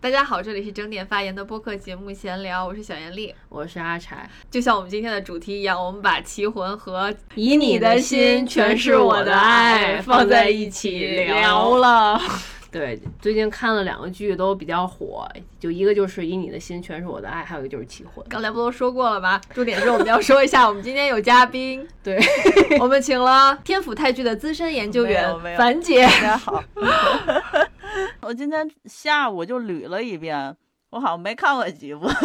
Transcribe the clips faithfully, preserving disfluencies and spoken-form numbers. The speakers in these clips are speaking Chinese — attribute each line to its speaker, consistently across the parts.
Speaker 1: 大家好，这里是整点发言的播客节目闲聊，我是小严丽，
Speaker 2: 我是阿柴。
Speaker 1: 就像我们今天的主题一样，我们把奇魂和
Speaker 2: 以你的心全是我的爱放在一起聊了。对，最近看了两个剧都比较火，就一个就是以你的心全是我的爱，还有一个就是奇魂。
Speaker 1: 刚才不都说过了吗？重点是我们要说一下，我们今天有嘉宾，
Speaker 2: 对
Speaker 1: 我们请了天府泰剧的资深研究员樊姐。
Speaker 3: 大家好。我今天下午就捋了一遍，我好像没看过几部。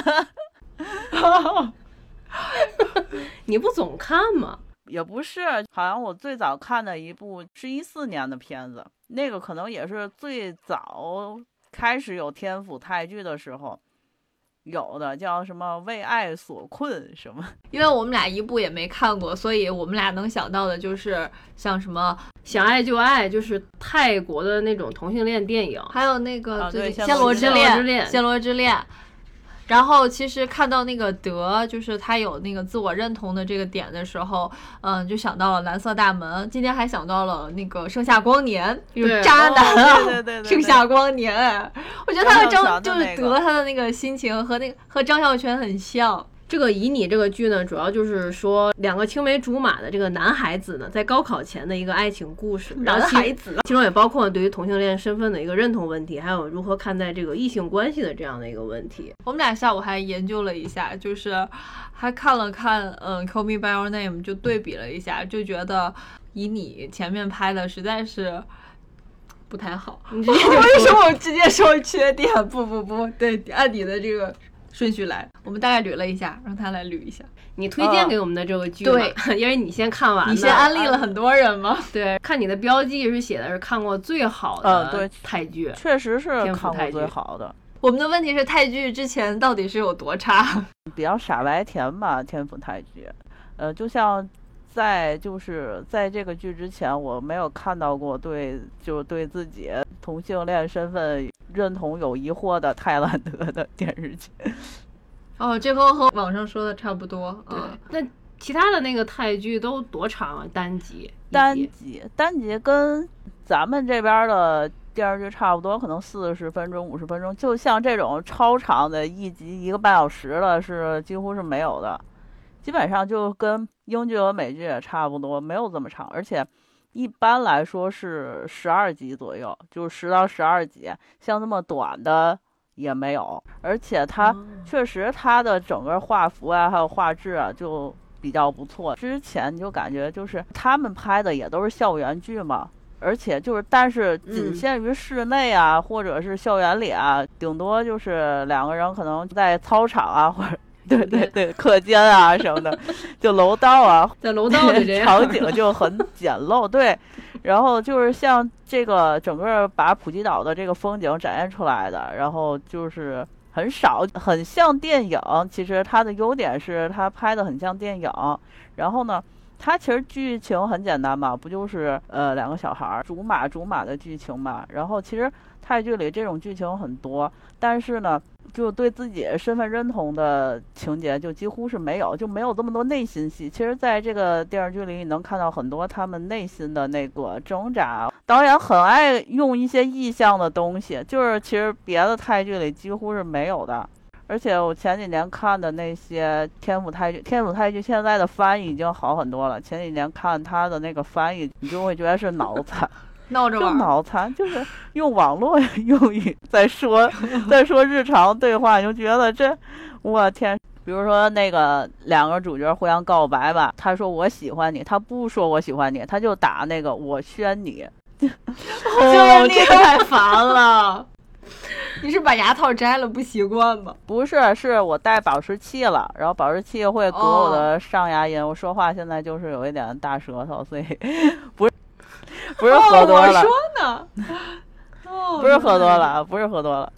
Speaker 2: 你不总看吗？
Speaker 3: 也不是，好像我最早看的一部是一四年的片子，那个可能也是最早开始有天府泰剧的时候有的，叫什么为爱所困什么。
Speaker 1: 因为我们俩一部也没看过，所以我们俩能想到的就是像什么
Speaker 2: 想爱就爱，就是泰国的那种同性恋电影，
Speaker 1: 还有那个
Speaker 3: 最
Speaker 1: 近暹罗之
Speaker 2: 恋，
Speaker 1: 暹罗之恋。然后其实看到那个德，就是他有那个自我认同的这个点的时候，嗯，就想到了蓝色大门。今天还想到了那个盛夏光年，就是渣男啊，
Speaker 3: 哦、对对 对, 对，
Speaker 1: 盛夏光年。我觉得他和张就是德他的那个心情和那个和张孝全很像。
Speaker 2: 这个以你这个剧呢，主要就是说两个青梅竹马的这个男孩子呢，在高考前的一个爱情故事。
Speaker 1: 男孩子，
Speaker 2: 其中也包括对于同性恋身份的一个认同问题，还有如何看待这个异性关系的这样的一个问题。
Speaker 1: 我们俩下午还研究了一下，就是还看了看，嗯 ，Call Me by Your Name， 就对比了一下，就觉得以你前面拍的实在是不太好。为什么我直接说缺点？不不不对，按你的这个顺序来，我们大概捋了一下，让他来捋一下。
Speaker 2: 你推荐给我们的这个剧、
Speaker 1: 哦、对，
Speaker 2: 因为你先看完的，
Speaker 1: 你先安利了很多人吗？
Speaker 2: 对，看你的标记是写的是看过最好的泰剧，
Speaker 3: 嗯、确实是看过最好的。
Speaker 1: 我们的问题是泰剧之前到底是有多差？
Speaker 3: 比较傻白甜吧，天府泰剧。呃，就像在就是在这个剧之前，我没有看到过对就是对自己同性恋身份认同有疑惑的泰兰德的电视剧。
Speaker 1: 哦，这和和网上说的差不多。
Speaker 2: 对，那、嗯、其他的那个泰剧都多长啊？单集？
Speaker 3: 单集，单集跟咱们这边的电视剧差不多，可能四十分钟、五十分钟。就像这种超长的一集一个半小时的，是几乎是没有的。基本上就跟英剧和美剧也差不多，没有这么长，而且一般来说是十二集左右，就是十到十二集，像这么短的也没有。而且它确实它的整个画幅啊，还有画质啊，就比较不错。之前你就感觉就是他们拍的也都是校园剧嘛，而且就是但是仅限于室内啊，嗯、或者是校园里啊，顶多就是两个人可能在操场啊，或者。对对对，课间啊什么的，就楼道啊，
Speaker 2: 在楼道里这样
Speaker 3: 场景就很简陋。对，然后就是像这个整个把普吉岛的这个风景展现出来的，然后就是很少，很像电影。其实它的优点是它拍的很像电影。然后呢，它其实剧情很简单嘛，不就是呃两个小孩竹马竹马的剧情嘛。然后其实泰剧里这种剧情很多，但是呢。就对自己身份认同的情节就几乎是没有，就没有这么多内心戏。其实在这个电视剧里你能看到很多他们内心的那个挣扎。导演很爱用一些意象的东西，就是其实别的泰剧里几乎是没有的。而且我前几年看的那些天府泰剧，天府泰剧现在的翻译已经好很多了。前几年看他的那个翻译，你就会觉得是脑残。
Speaker 1: 闹着玩，
Speaker 3: 就脑残，就是用网络用语在说，在说日常对话，你就觉得这，我天！比如说那个两个主角互相告白吧，他说我喜欢你，他不说我喜欢你，他就打那个我宣你。
Speaker 1: 哦，这太烦了！你是把牙套摘了不习惯吗？
Speaker 3: 不是，是我戴保持器了，然后保持器会隔我的上牙龈。哦、我说话现在就是有一点大舌头，所以不是。不是喝多了，
Speaker 1: 哦、我说呢，哦、
Speaker 3: 不是喝多了，不是喝多了。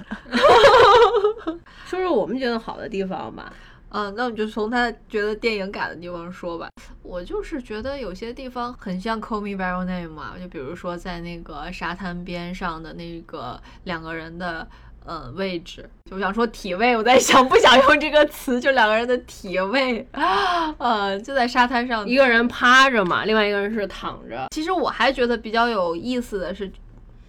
Speaker 2: 说说我们觉得好的地方吧。
Speaker 1: 嗯，那我们就从他觉得电影感的地方说吧。我就是觉得有些地方很像 Call Me by Your Name 嘛，就比如说在那个沙滩边上的那个两个人的呃位置，就想说体位，我在想不想用这个词，就两个人的体位，呃，就在沙滩上，
Speaker 2: 一个人趴着嘛，另外一个人是躺着。
Speaker 1: 其实我还觉得比较有意思的是，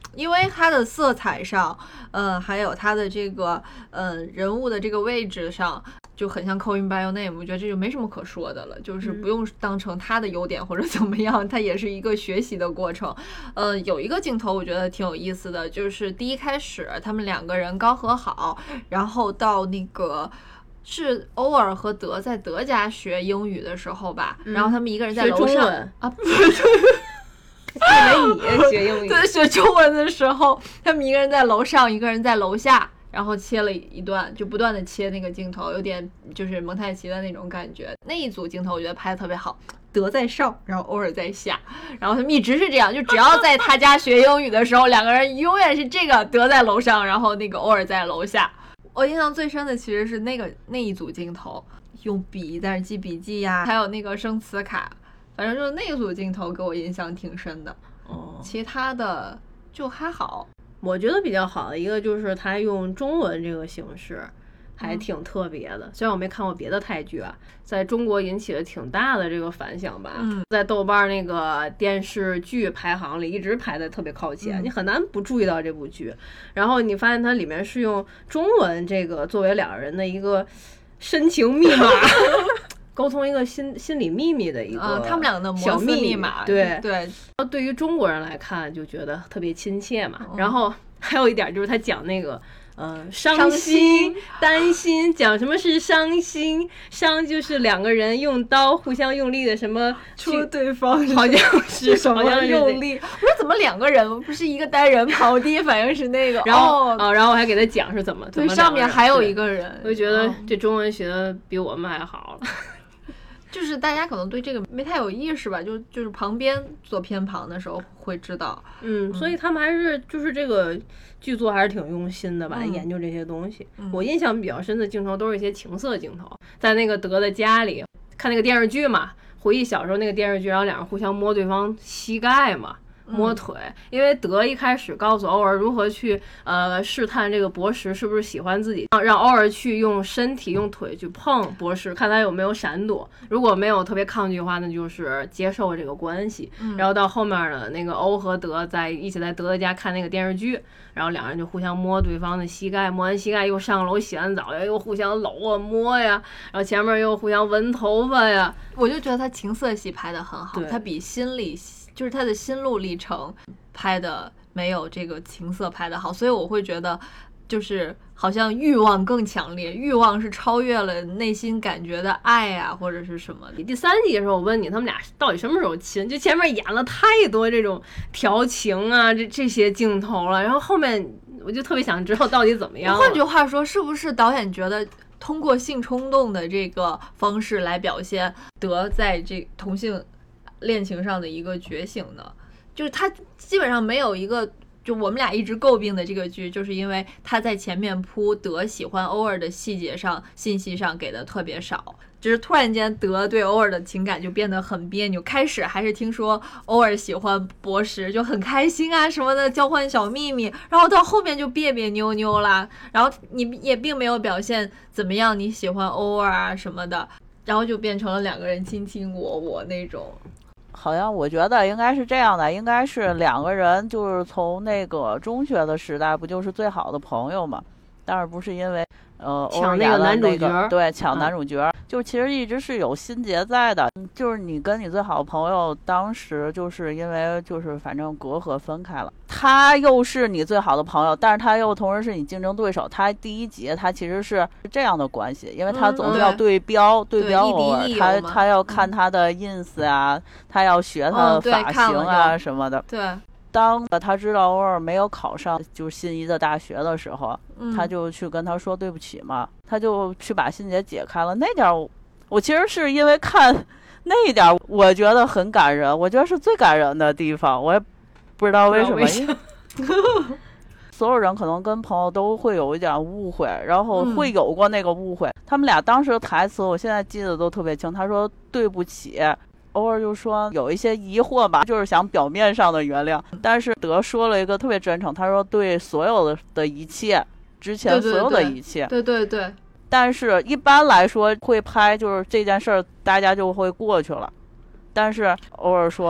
Speaker 1: 因为它的色彩上，呃，还有它的这个呃人物的这个位置上，就很像 Call Me by Your Name， 我觉得这就没什么可说的了，就是不用当成它的优点或者怎么样，它也是一个学习的过程。呃，有一个镜头我觉得挺有意思的，就是第一开始他们两个人刚和好，然后到那个。是欧尔和德在德家学英语的时候吧，嗯、然后他们一个人在楼上啊，不是，
Speaker 2: 因为你学英语，
Speaker 1: 对，学中文的时候，他们一个人在楼上，一个人在楼下，然后切了一段，就不断的切那个镜头，有点就是蒙太奇的那种感觉。那一组镜头我觉得拍的特别好，德在上，然后欧尔在下，然后他们一直是这样，就只要在他家学英语的时候，两个人永远是这个德在楼上，然后那个欧尔在楼下。我印象最深的其实是那个那一组镜头，用笔在那记笔记呀，还有那个生词卡，反正就是那一组镜头给我印象挺深的。
Speaker 2: 哦，
Speaker 1: 其他的就还好。
Speaker 2: 我觉得比较好的一个就是他用中文这个形式还挺特别的、嗯、虽然我没看过别的泰剧啊，在中国引起了挺大的这个反响吧、
Speaker 1: 嗯、在
Speaker 2: 豆瓣那个电视剧排行里一直排的特别靠前、嗯、你很难不注意到这部剧，然后你发现它里面是用中文这个作为两人的一个深情密码沟通一个心心理秘密的一个、呃、
Speaker 1: 他们两个的摩斯密码，
Speaker 2: 对
Speaker 1: 对，
Speaker 2: 对于中国人来看就觉得特别亲切嘛、嗯、然后还有一点就是他讲那个呃，伤心、担心，讲什么是伤心？伤就是两个人用刀互相用力的什么
Speaker 1: 戳对方，
Speaker 2: 好像是
Speaker 1: 什么用力？我说怎么两个人不是一个单人跑？第一反应是那个，
Speaker 2: 然后
Speaker 1: 啊、
Speaker 2: 哦，然后我还给他讲是怎么，
Speaker 1: 对，上面还有一个人，
Speaker 2: 我就觉得这中文学的比我们还好了。
Speaker 1: 就是大家可能对这个没太有意识吧，就就是旁边做偏旁的时候会知道，
Speaker 2: 嗯，所以他们还是就是这个剧作还是挺用心的吧、嗯、研究这些东西、嗯、我印象比较深的镜头都是一些情色镜头，在那个德的家里看那个电视剧嘛，回忆小时候那个电视剧，然后两人互相摸对方膝盖嘛，摸腿、嗯、因为德一开始告诉欧尔如何去呃试探这个博士是不是喜欢自己，让欧尔去用身体用腿去碰博士，看他有没有闪躲，如果没有特别抗拒的话那就是接受这个关系、嗯、然后到后面的那个欧和德在一起在德的家看那个电视剧，然后两人就互相摸对方的膝盖，摸完膝盖又上楼洗完澡呀，又互相搂啊摸呀，然后前面又互相闻头发呀，
Speaker 1: 我就觉得他情色戏拍得很好，他比心理就是他的心路历程拍的没有这个情色拍的好，所以我会觉得就是好像欲望更强烈，欲望是超越了内心感觉的爱啊或者是什么。
Speaker 2: 第三集的时候我问你他们俩到底什么时候亲，就前面演了太多这种调情啊这这些镜头了，然后后面我就特别想知道到底怎么样了。
Speaker 1: 换句话说，是不是导演觉得通过性冲动的这个方式来表现德在这同性恋情上的一个觉醒呢？就是他基本上没有一个，就我们俩一直诟病的这个剧，就是因为他在前面铺德喜欢欧尔的细节上信息上给的特别少，就是突然间德对欧尔的情感就变得很别扭，开始还是听说欧尔喜欢博士就很开心啊什么的，交换小秘密，然后到后面就别别扭扭啦，然后你也并没有表现怎么样你喜欢欧尔啊什么的，然后就变成了两个人卿卿我我那种。
Speaker 3: 好像我觉得应该是这样的，应该是两个人就是从那个中学的时代不就是最好的朋友嘛，但是不是因为呃
Speaker 2: 抢那个男主角，
Speaker 3: 对，抢男主角、嗯、就其实一直是有心结在的，就是你跟你最好的朋友当时就是因为就是反正隔阂分开了，他又是你最好的朋友，但是他又同时是你竞争对手，他第一集他其实是这样的关系，因为他总是要对标、嗯、对, 对标偶尔他他要看他的 ins 啊、嗯、他要学他的发型啊、嗯、什么的。
Speaker 1: 对，
Speaker 3: 当他知道偶尔没有考上就是心仪的大学的时候、嗯、他就去跟他说对不起嘛，他就去把心结解开了。那点我, 我其实是因为看那一点我觉得很感人，我觉得是最感人的地方，我也不知道为什么，
Speaker 2: 什么
Speaker 3: 所有人可能跟朋友都会有一点误会，然后会有过那个误会、嗯、他们俩当时的台词我现在记得都特别清，他说对不起，偶尔就说有一些疑惑吧，就是想表面上的原谅，但是德说了一个特别真诚，他说对所有的的一切，之前所有的一切，
Speaker 1: 对对 对, 对, 对，
Speaker 3: 但是一般来说会拍就是这件事儿大家就会过去了，但是偶尔说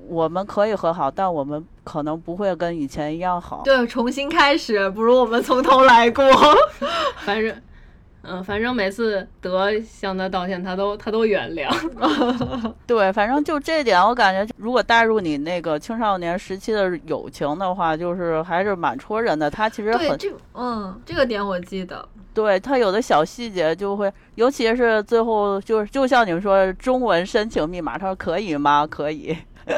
Speaker 3: 我们可以和好，但我们可能不会跟以前一样好。
Speaker 1: 对，重新开始，不如我们从头来过。
Speaker 2: 反正，嗯，反正每次德向他道歉，他都他都原谅。
Speaker 3: 对，反正就这点，我感觉如果带入你那个青少年时期的友情的话，就是还是蛮戳人的。他其实很
Speaker 1: 对这个，嗯，这个点我记得。
Speaker 3: 对，他有的小细节就会，尤其是最后就是就像你们说中文申请密码，他说可以吗？可以。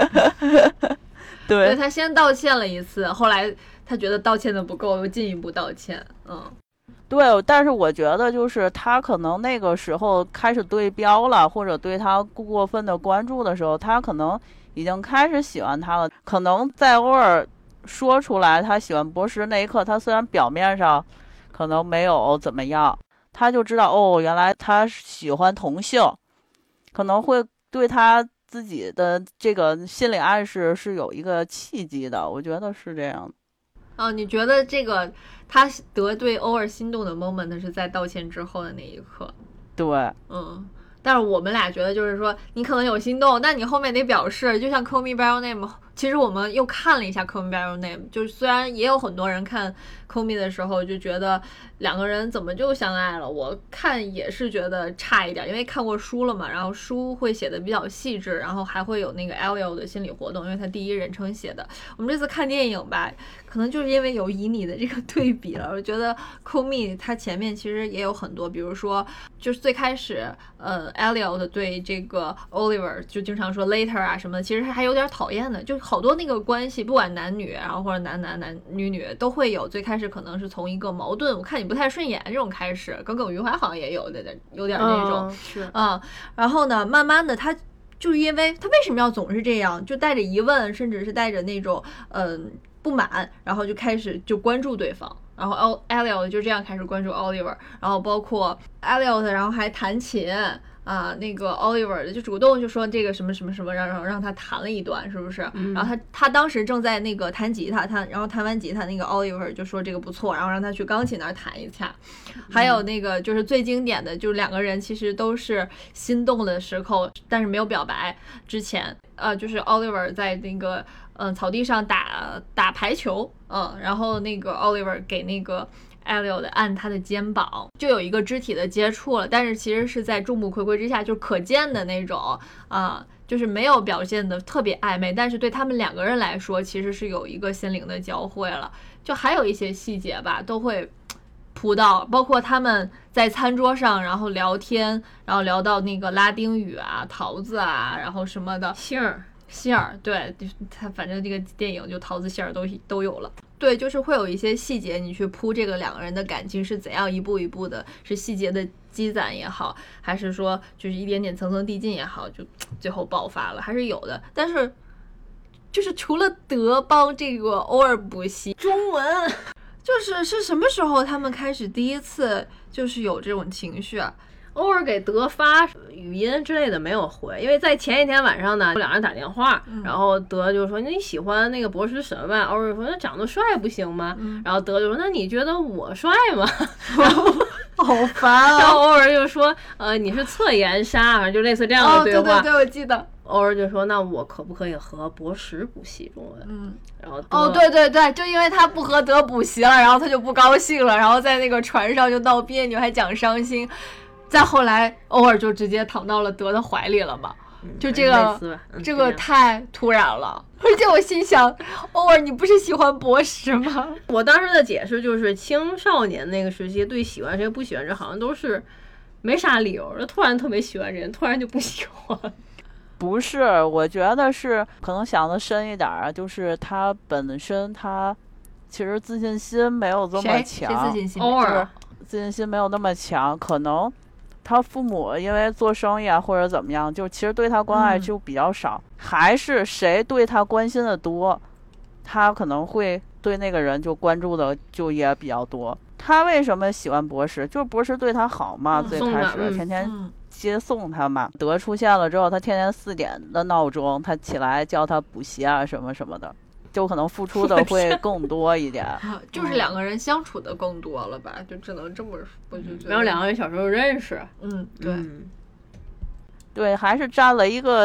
Speaker 3: 对，
Speaker 1: 对，他先道歉了一次，后来他觉得道歉的不够，又进一步道歉。嗯，
Speaker 3: 对，但是我觉得就是他可能那个时候开始对标了，或者对他过分的关注的时候，他可能已经开始喜欢他了。可能在偶尔说出来他喜欢博士那一刻，他虽然表面上可能没有怎么样，他就知道哦，原来他喜欢同性，可能会对他自己的这个心理暗示是有一个契机的，我觉得是这样。
Speaker 1: 哦，你觉得这个他得对偶尔心动的 moment 是在道歉之后的那一刻？
Speaker 3: 对，
Speaker 1: 嗯。但是我们俩觉得就是说，你可能有心动，但你后面得表示，就像 Call Me by Your Name， 其实我们又看了一下 Call Me by Your Name， 就是虽然也有很多人看 Call Me 的时候就觉得两个人怎么就相爱了，我看也是觉得差一点，因为看过书了嘛，然后书会写的比较细致，然后还会有那个 Elio 的心理活动，因为他第一人称写的。我们这次看电影吧，可能就是因为有以你的这个对比了，我觉得 Call Me 它前面其实也有很多，比如说就是最开始呃 Elliot 对这个 Oliver 就经常说 later 啊什么的，其实还有点讨厌的，就好多那个关系，不管男女，然后或者男男男女女都会有，最开始可能是从一个矛盾，我看你不太顺眼这种开始，耿耿于怀好像也有的有点那种，
Speaker 2: 嗯、是
Speaker 1: 嗯，然后呢，慢慢的他就是因为他为什么要总是这样，就带着疑问，甚至是带着那种嗯、呃、不满，然后就开始就关注对方。然后 Elliot 就这样开始关注 Oliver， 然后包括 Elliot 然后还弹琴啊，那个 Oliver 就主动就说这个什么什么什么，让让让他弹了一段，是不是？
Speaker 2: 嗯、
Speaker 1: 然后他他当时正在那个弹吉他，弹然后弹完吉他，那个 Oliver 就说这个不错，然后让他去钢琴那儿弹一下。还有那个就是最经典的，就是两个人其实都是心动的时候，但是没有表白之前，呃，就是 Oliver 在那个嗯、呃、草地上打打排球，嗯，然后那个 Oliver 给那个Elliot 按他的肩膀，就有一个肢体的接触了，但是其实是在众目睽睽之下，就可见的那种啊、呃，就是没有表现的特别暧昧，但是对他们两个人来说，其实是有一个心灵的交汇了。就还有一些细节吧，都会扑到，包括他们在餐桌上，然后聊天，然后聊到那个拉丁语啊、桃子啊，然后什么的
Speaker 2: 杏儿。
Speaker 1: 馅儿，对，他反正这个电影就桃子馅儿都都有了。对，就是会有一些细节，你去铺这个两个人的感情是怎样一步一步的，是细节的积攒也好，还是说就是一点点层层递进也好，就最后爆发了，还是有的。但是就是除了德邦这个偶尔补习中文，就是是什么时候他们开始第一次就是有这种情绪啊？
Speaker 2: 偶尔给德发语音之类的没有回，因为在前一天晚上呢，两人打电话，
Speaker 1: 嗯、
Speaker 2: 然后德就说你喜欢那个博士什么吧，偶尔说那长得帅不行吗？
Speaker 1: 嗯、
Speaker 2: 然后德就说那你觉得我帅吗？然后
Speaker 1: 好烦啊！
Speaker 2: 然后偶尔就说呃你是侧颜杀，反正就类似这样的对话。
Speaker 1: 哦、对对对，我记得。
Speaker 2: 偶尔就说那我可不可以和博士补习中文？
Speaker 1: 嗯，
Speaker 2: 然后
Speaker 1: 哦对对对，就因为他不和德补习了，然后他就不高兴了，然后在那个船上就闹别扭，还讲伤心。再后来，偶尔就直接躺到了德的怀里了嘛，
Speaker 2: 嗯、
Speaker 1: 就这个、
Speaker 2: 嗯、
Speaker 1: 这个太突然了。而且我心想，偶尔你不是喜欢博士吗？
Speaker 2: 我当时的解释就是，青少年那个时期对喜欢谁不喜欢谁好像都是没啥理由的，突然特别喜欢人，突然就不喜欢。
Speaker 3: 不是，我觉得是可能想的深一点啊，就是他本身他其实自信心没有这么强，
Speaker 1: 谁自信心
Speaker 2: 偶尔
Speaker 3: 自信心没有那么强，可能。他父母因为做生意啊或者怎么样，就其实对他关爱就比较少、嗯、还是谁对他关心的多，他可能会对那个人就关注的就也比较多。他为什么喜欢博士，就是博士对他好嘛、嗯、最开始、嗯、天天接送他嘛、嗯、德出现了之后，他天天四点的闹钟他起来叫他补习啊什么什么的，就可能付出的会更多一点、
Speaker 1: 啊、就是两个人相处的更多了吧，就只能这么说。我就觉得
Speaker 2: 然后两个人小时候认识，
Speaker 1: 嗯，对、
Speaker 2: 嗯、
Speaker 3: 对，还是占了一个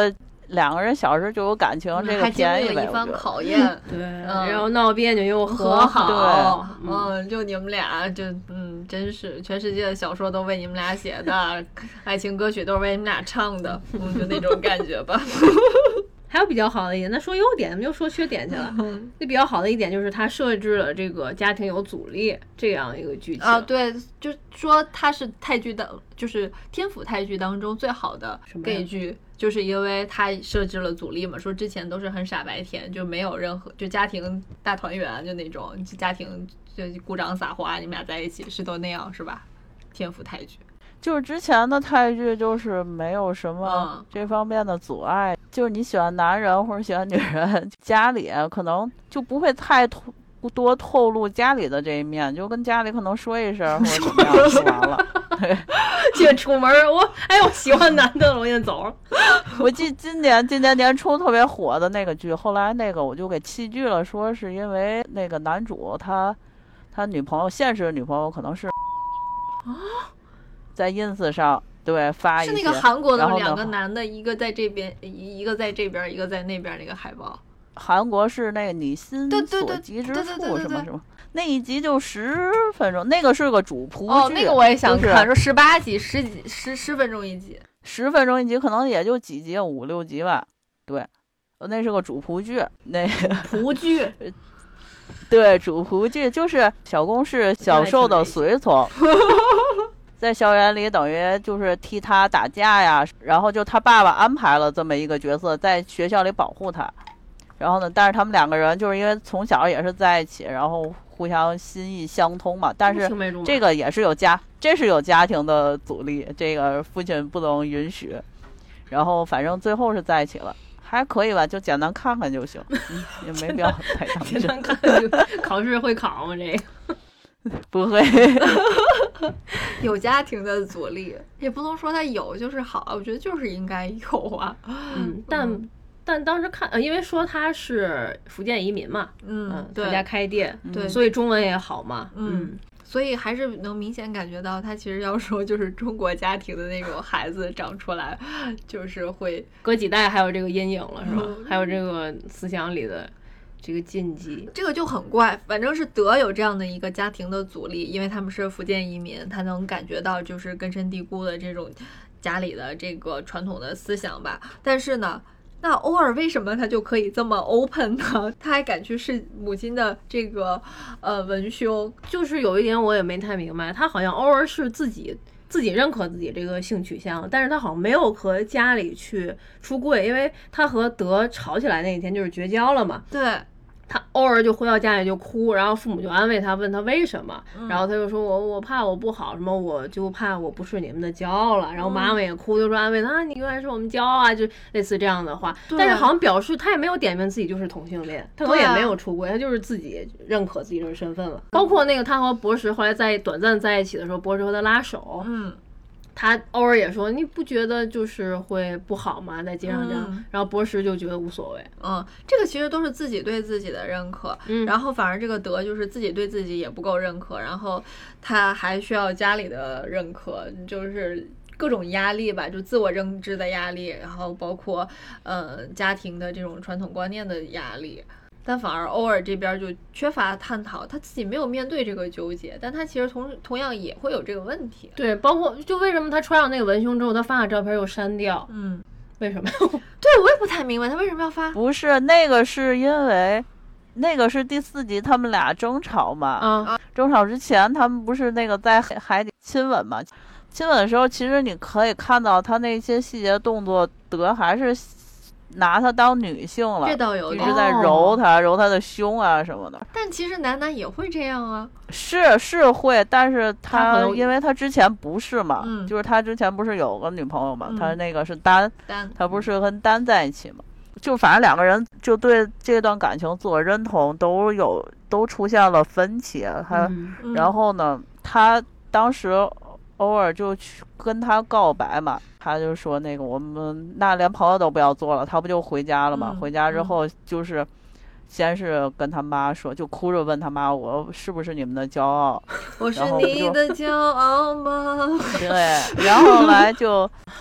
Speaker 3: 两个人小时候就有感情，
Speaker 1: 嗯、
Speaker 3: 这个便宜呗，
Speaker 1: 还经历了一番考验。
Speaker 2: 对，
Speaker 1: 嗯、
Speaker 2: 然后闹别扭又和
Speaker 1: 好。
Speaker 3: 对，
Speaker 1: 嗯，就你们俩，就嗯，真是全世界的小说都为你们俩写的，爱情歌曲都是为你们俩唱的，嗯，就那种感觉吧。
Speaker 2: 还有比较好的一点，那说优点，我们就说缺点去了。那比较好的一点就是它设置了这个家庭有阻力这样一个剧情
Speaker 1: 啊，对，就说它是泰剧的，就是天府泰剧当中最好的 gay 剧，就是因为它设置了阻力嘛。说之前都是很傻白甜，就没有任何就家庭大团圆，就那种家庭就鼓掌撒花，你们俩在一起是都那样是吧？天府泰剧。
Speaker 3: 就是之前的泰剧就是没有什么这方面的阻碍，嗯、就是你喜欢男人或者喜欢女人，家里可能就不会太多透露家里的这一面，就跟家里可能说一声或者怎么样就完了。对，
Speaker 2: 姐出门我哎我喜欢男的，我先走了。
Speaker 3: 我记今年今年年初特别火的那个剧，后来那个我就给弃剧了，说是因为那个男主他他女朋友现实的女朋友可能是
Speaker 1: 啊。
Speaker 3: 在 ins 上对发一些，
Speaker 1: 是那个韩国的两个男的，一个在这边，一个在这边，一个在那边那个海报。
Speaker 3: 韩国是那个你心所及之处什么什么，那一集就十分钟，那个是个主仆剧。
Speaker 1: 哦，那个我也想看，
Speaker 3: 说
Speaker 1: 十八集，十几十十分钟一集，
Speaker 3: 十分钟一集，可能也就几集，五六集吧。对，那是个主仆剧，那个
Speaker 2: 仆剧。
Speaker 3: 对，主仆剧就是小公是小受的随从。在校园里等于就是替他打架呀，然后就他爸爸安排了这么一个角色在学校里保护他，然后呢，但是他们两个人就是因为从小也是在一起，然后互相心意相通嘛，但是这个也是有家，这是有家庭的阻力，这个父亲不能允许，然后反正最后是在一起了。还可以吧，就简单看看就行，嗯、也没必要太当真。
Speaker 2: 简单看看就考试会考吗？这个
Speaker 3: 不会。
Speaker 1: 有家庭的阻力，也不能说他有就是好，我觉得就是应该有啊。
Speaker 2: 嗯，但、嗯、但当时看，呃，因为说他是福建移民嘛，
Speaker 1: 嗯，
Speaker 2: 他家开店，
Speaker 1: 对，
Speaker 2: 所以中文也好嘛，
Speaker 1: 嗯。嗯，所以还是能明显感觉到，他其实要说就是中国家庭的那种孩子长出来，就是会
Speaker 2: 隔几代还有这个阴影了，是吧？嗯、还有这个思想里的这个禁忌，
Speaker 1: 这个就很怪。反正是德有这样的一个家庭的阻力，因为他们是福建移民，他能感觉到就是根深蒂固的这种家里的这个传统的思想吧。但是呢，那欧尔为什么他就可以这么 open 呢？他还敢去试母亲的这个呃文胸，
Speaker 2: 就是有一点我也没太明白，他好像偶尔是自己自己认可自己这个性取向，但是他好像没有和家里去出柜，因为他和德吵起来那一天就是绝交了嘛。
Speaker 1: 对。
Speaker 2: 他偶尔就回到家里就哭，然后父母就安慰他，问他为什么，嗯、然后他就说我我怕我不好，什么我就怕我不是你们的骄傲了，然后妈妈也哭，就说安慰他、啊、你永远是我们骄傲啊，就类似这样的话。但是好像表示他也没有点名自己就是同性恋，他可能也没有出柜，他就是自己认可自己这个身份了。包括那个他和博士后来在短暂在一起的时候，博士和他拉手，
Speaker 1: 嗯。
Speaker 2: 他偶尔也说你不觉得就是会不好吗，在街上这样、嗯、然后博士就觉得无所谓。
Speaker 1: 嗯，这个其实都是自己对自己的认可、嗯、然后反而这个德就是自己对自己也不够认可，然后他还需要家里的认可，就是各种压力吧，就自我认知的压力，然后包括呃家庭的这种传统观念的压力。但反而欧尔这边就缺乏探讨，他自己没有面对这个纠结，但他其实同同样也会有这个问题。
Speaker 2: 对，包括就为什么他穿上那个文胸之后，他发的照片又删掉？
Speaker 1: 嗯，
Speaker 2: 为什么？
Speaker 1: 对，我也不太明白他为什么要发。
Speaker 3: 不是那个，是因为那个是第四集他们俩争吵嘛。
Speaker 2: 啊，
Speaker 3: 争吵之前他们不是那个在海底亲吻嘛？亲吻的时候，其实你可以看到他那些细节动作，德还是拿她当女性了，
Speaker 1: 这倒有，
Speaker 3: 一直在揉她、哦、揉她的胸啊什么的。
Speaker 1: 但其实男男也会这样啊，
Speaker 3: 是是会，但是他因为他之前不是嘛、嗯，就是他之前不是有个女朋友嘛，嗯、他那个是丹，
Speaker 1: 丹，
Speaker 3: 他不是跟丹在一起嘛，就反正两个人就对这段感情自我认同都有都出现了分歧，他、
Speaker 2: 嗯、
Speaker 3: 然后呢，他当时偶尔就去跟他告白嘛。他就说那个我们那连朋友都不要做了，他不就回家了吗、
Speaker 1: 嗯、
Speaker 3: 回家之后就是先是跟他妈说，就哭着问他妈我是不是你们的骄傲，
Speaker 1: 我是你的骄傲吗？
Speaker 3: 对，然后后来就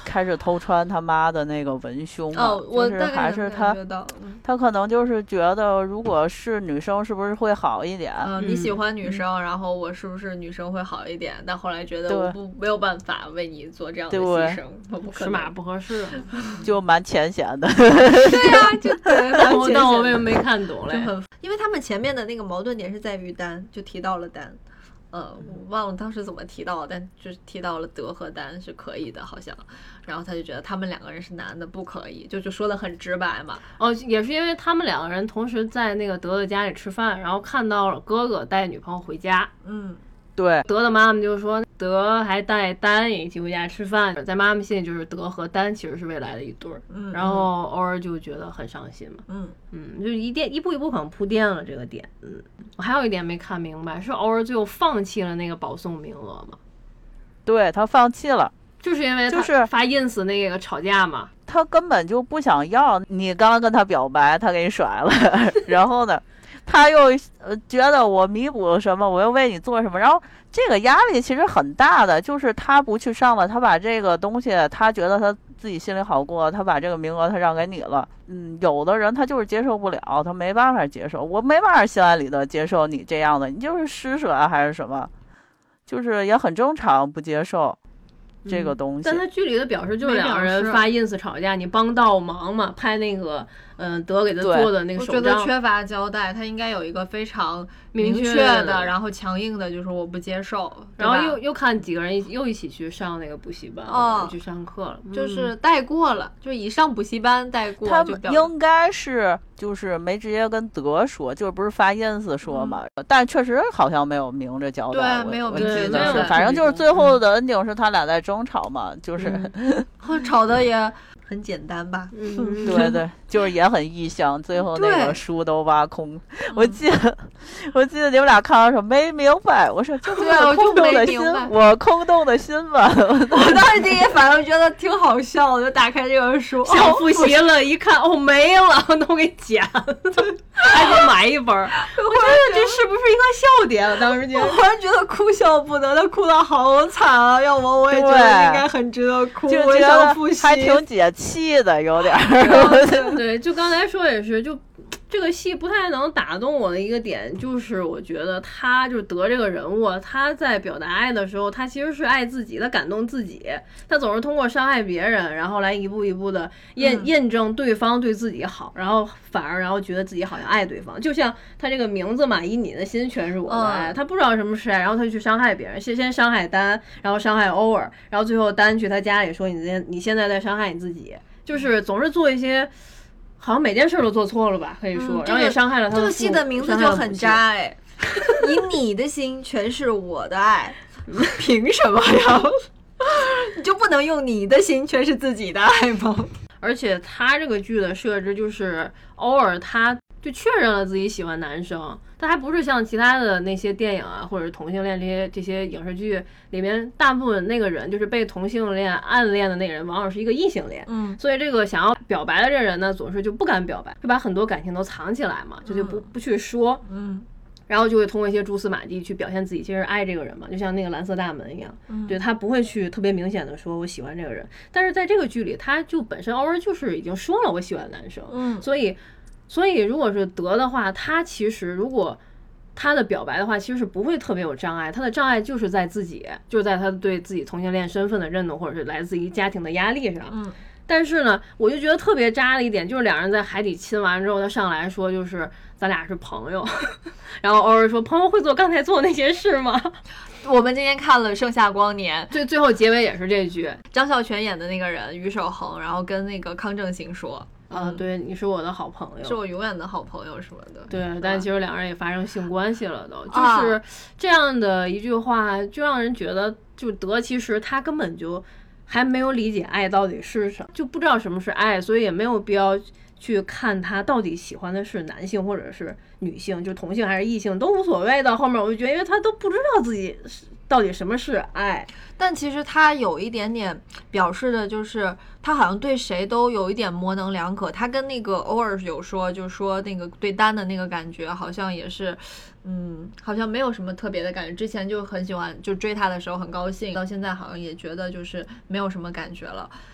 Speaker 3: 开始偷穿他妈的那个文胸嘛，
Speaker 1: 哦，我
Speaker 3: 就是还是他他可能就是觉得如果是女生是不是会好一点？
Speaker 1: 嗯，你喜欢女生，然后我是不是女生会好一点？但后来觉得我不没有办法为你做这样的牺牲，我不可能，
Speaker 2: 尺码不合适，
Speaker 3: 就蛮浅显的。
Speaker 1: 对呀，就对。
Speaker 2: 但我为什么没看懂嘞？
Speaker 1: 因为他们前面的那个矛盾点是在于丹，就提到了丹。呃，我忘了当时怎么提到，但就是提到了德和丹是可以的，好像，然后他就觉得他们两个人是男的，不可以，就就说的很直白嘛。
Speaker 2: 哦，也是因为他们两个人同时在那个德的家里吃饭，然后看到了哥哥带女朋友回家，
Speaker 1: 嗯。
Speaker 3: 对，
Speaker 2: 德的妈妈就说德还带丹也一起回家吃饭，在妈妈心里就是德和丹其实是未来的一对儿，
Speaker 1: 嗯，
Speaker 2: 然后偶尔就觉得很伤心嘛，
Speaker 1: 嗯
Speaker 2: 嗯，就一点一步一步可能铺垫了这个点，嗯，我还有一点没看明白，是偶尔最后放弃了那个保送名额吗？
Speaker 3: 对，他放弃了，
Speaker 2: 就是因为他
Speaker 3: 就是
Speaker 2: 发 ins 那个吵架嘛，
Speaker 3: 他根本就不想要你，刚刚跟他表白，他给你甩了，然后呢？他又呃觉得我弥补了什么，我又为你做什么，然后这个压力其实很大的，就是他不去上了，他把这个东西，他觉得他自己心里好过，他把这个名额他让给你了，嗯，有的人他就是接受不了，他没办法接受，我没办法心安理得接受你这样的，你就是施舍啊还是什么，就是也很正常不接受这个东西。
Speaker 2: 嗯、但他剧里的表示就是两个人发 ins 吵架，你帮倒忙嘛，拍那个嗯、呃、德给他做的那个手账，
Speaker 1: 我觉得缺乏交代，他应该有一个非常明确的，然后强硬的，就是我不接受。
Speaker 2: 然后又又看几个人又一起去上那个补习班，哦，去上课了，
Speaker 1: 就是带过了，就以上补习班带过。
Speaker 3: 他们应该是就是没直接跟德说，就是不是发 ins 说嘛，嗯、但确实好像没有明着交代。
Speaker 1: 对，没有
Speaker 3: 明
Speaker 1: 着
Speaker 3: 交代，反正就是最后的 ending 是他俩在争吵嘛，就是、
Speaker 1: 嗯、吵的也很简单吧？
Speaker 2: 嗯，
Speaker 3: 对对，就是也很意象，最后那个书都挖空。我记得，我记得你们俩看到说没明白，我说就是我空洞的心，我空洞的心吧。
Speaker 1: 我当时第一反应觉得挺好笑，我就打开这个书，
Speaker 2: 想复习了，一看哦没了，那我给剪了，还得买一本。我觉得这是不是一个笑点？我当时觉得，
Speaker 1: 我忽然觉得哭笑不得，他哭得好惨啊！要我我也觉得应该很值得哭，
Speaker 3: 就
Speaker 1: 觉得
Speaker 3: 还挺解气的，有点
Speaker 2: 儿。对，就刚才说也是，就这个戏不太能打动我的一个点，就是我觉得他就是德这个人物，他在表达爱的时候，他其实是爱自己，他感动自己，他总是通过伤害别人，然后来一步一步的验、嗯、验证对方对自己好，然后反而然后觉得自己好像爱对方，就像他这个名字嘛，以你的心全是我的爱，嗯、他不知道什么是爱，然后他就去伤害别人，先先伤害丹，然后伤害欧尔，然后最后丹去他家里说你现你现在在伤害你自己，就是总是做一些。好像每件事都做错了吧，可以说，嗯、然后也伤害了他的。
Speaker 1: 这个戏的名字就很渣哎，以你的心全是我的爱，凭什么呀？你就不能用你的心全是自己的爱吗？
Speaker 2: 而且他这个剧的设置就是偶尔他就确认了自己喜欢男生，他还不是像其他的那些电影啊或者同性恋这些这些影视剧里面大部分那个人就是被同性恋暗恋的那个人往往是一个异性恋，
Speaker 1: 嗯，
Speaker 2: 所以这个想要表白的这人呢总是就不敢表白，就把很多感情都藏起来嘛，就就不不去说，
Speaker 1: 嗯，
Speaker 2: 然后就会通过一些蛛丝马迹去表现自己其实爱这个人嘛，就像那个蓝色大门一样，
Speaker 1: 嗯，
Speaker 2: 对，他不会去特别明显的说我喜欢这个人，但是在这个剧里他就本身偶尔就是已经说了我喜欢男生，
Speaker 1: 嗯，
Speaker 2: 所以所以如果是德的话，他其实如果他的表白的话其实是不会特别有障碍，他的障碍就是在自己，就是在他对自己同性恋身份的认同，或者是来自于家庭的压力上，
Speaker 1: 嗯，
Speaker 2: 但是呢我就觉得特别渣的一点就是两人在海底亲完之后，他上来说就是咱俩是朋友然后偶尔说朋友会做刚才做的那些事吗？
Speaker 1: 我们今天看了《盛夏光年》，
Speaker 2: 最最后结尾也是这句，
Speaker 1: 张孝全演的那个人于守恒，然后跟那个康正行说
Speaker 2: 啊、嗯，对，你是我的好朋友，
Speaker 1: 是我永远的好朋友什么的。
Speaker 2: 对，但其实两人也发生性关系了都，啊、就是这样的一句话，就让人觉得，就德其实他根本就还没有理解爱到底是什么，就不知道什么是爱，所以也没有必要去看他到底喜欢的是男性或者是女性，就同性还是异性都无所谓。到后面我就觉得，因为他都不知道自己到底什么是爱。
Speaker 1: 但其实他有一点点表示的就是他好像对谁都有一点模棱两可，他跟那个偶尔有说就是说那个对丹的那个感觉好像也是嗯，好像没有什么特别的感觉，之前就很喜欢就追他的时候很高兴，到现在好像也觉得就是没有什么感觉了。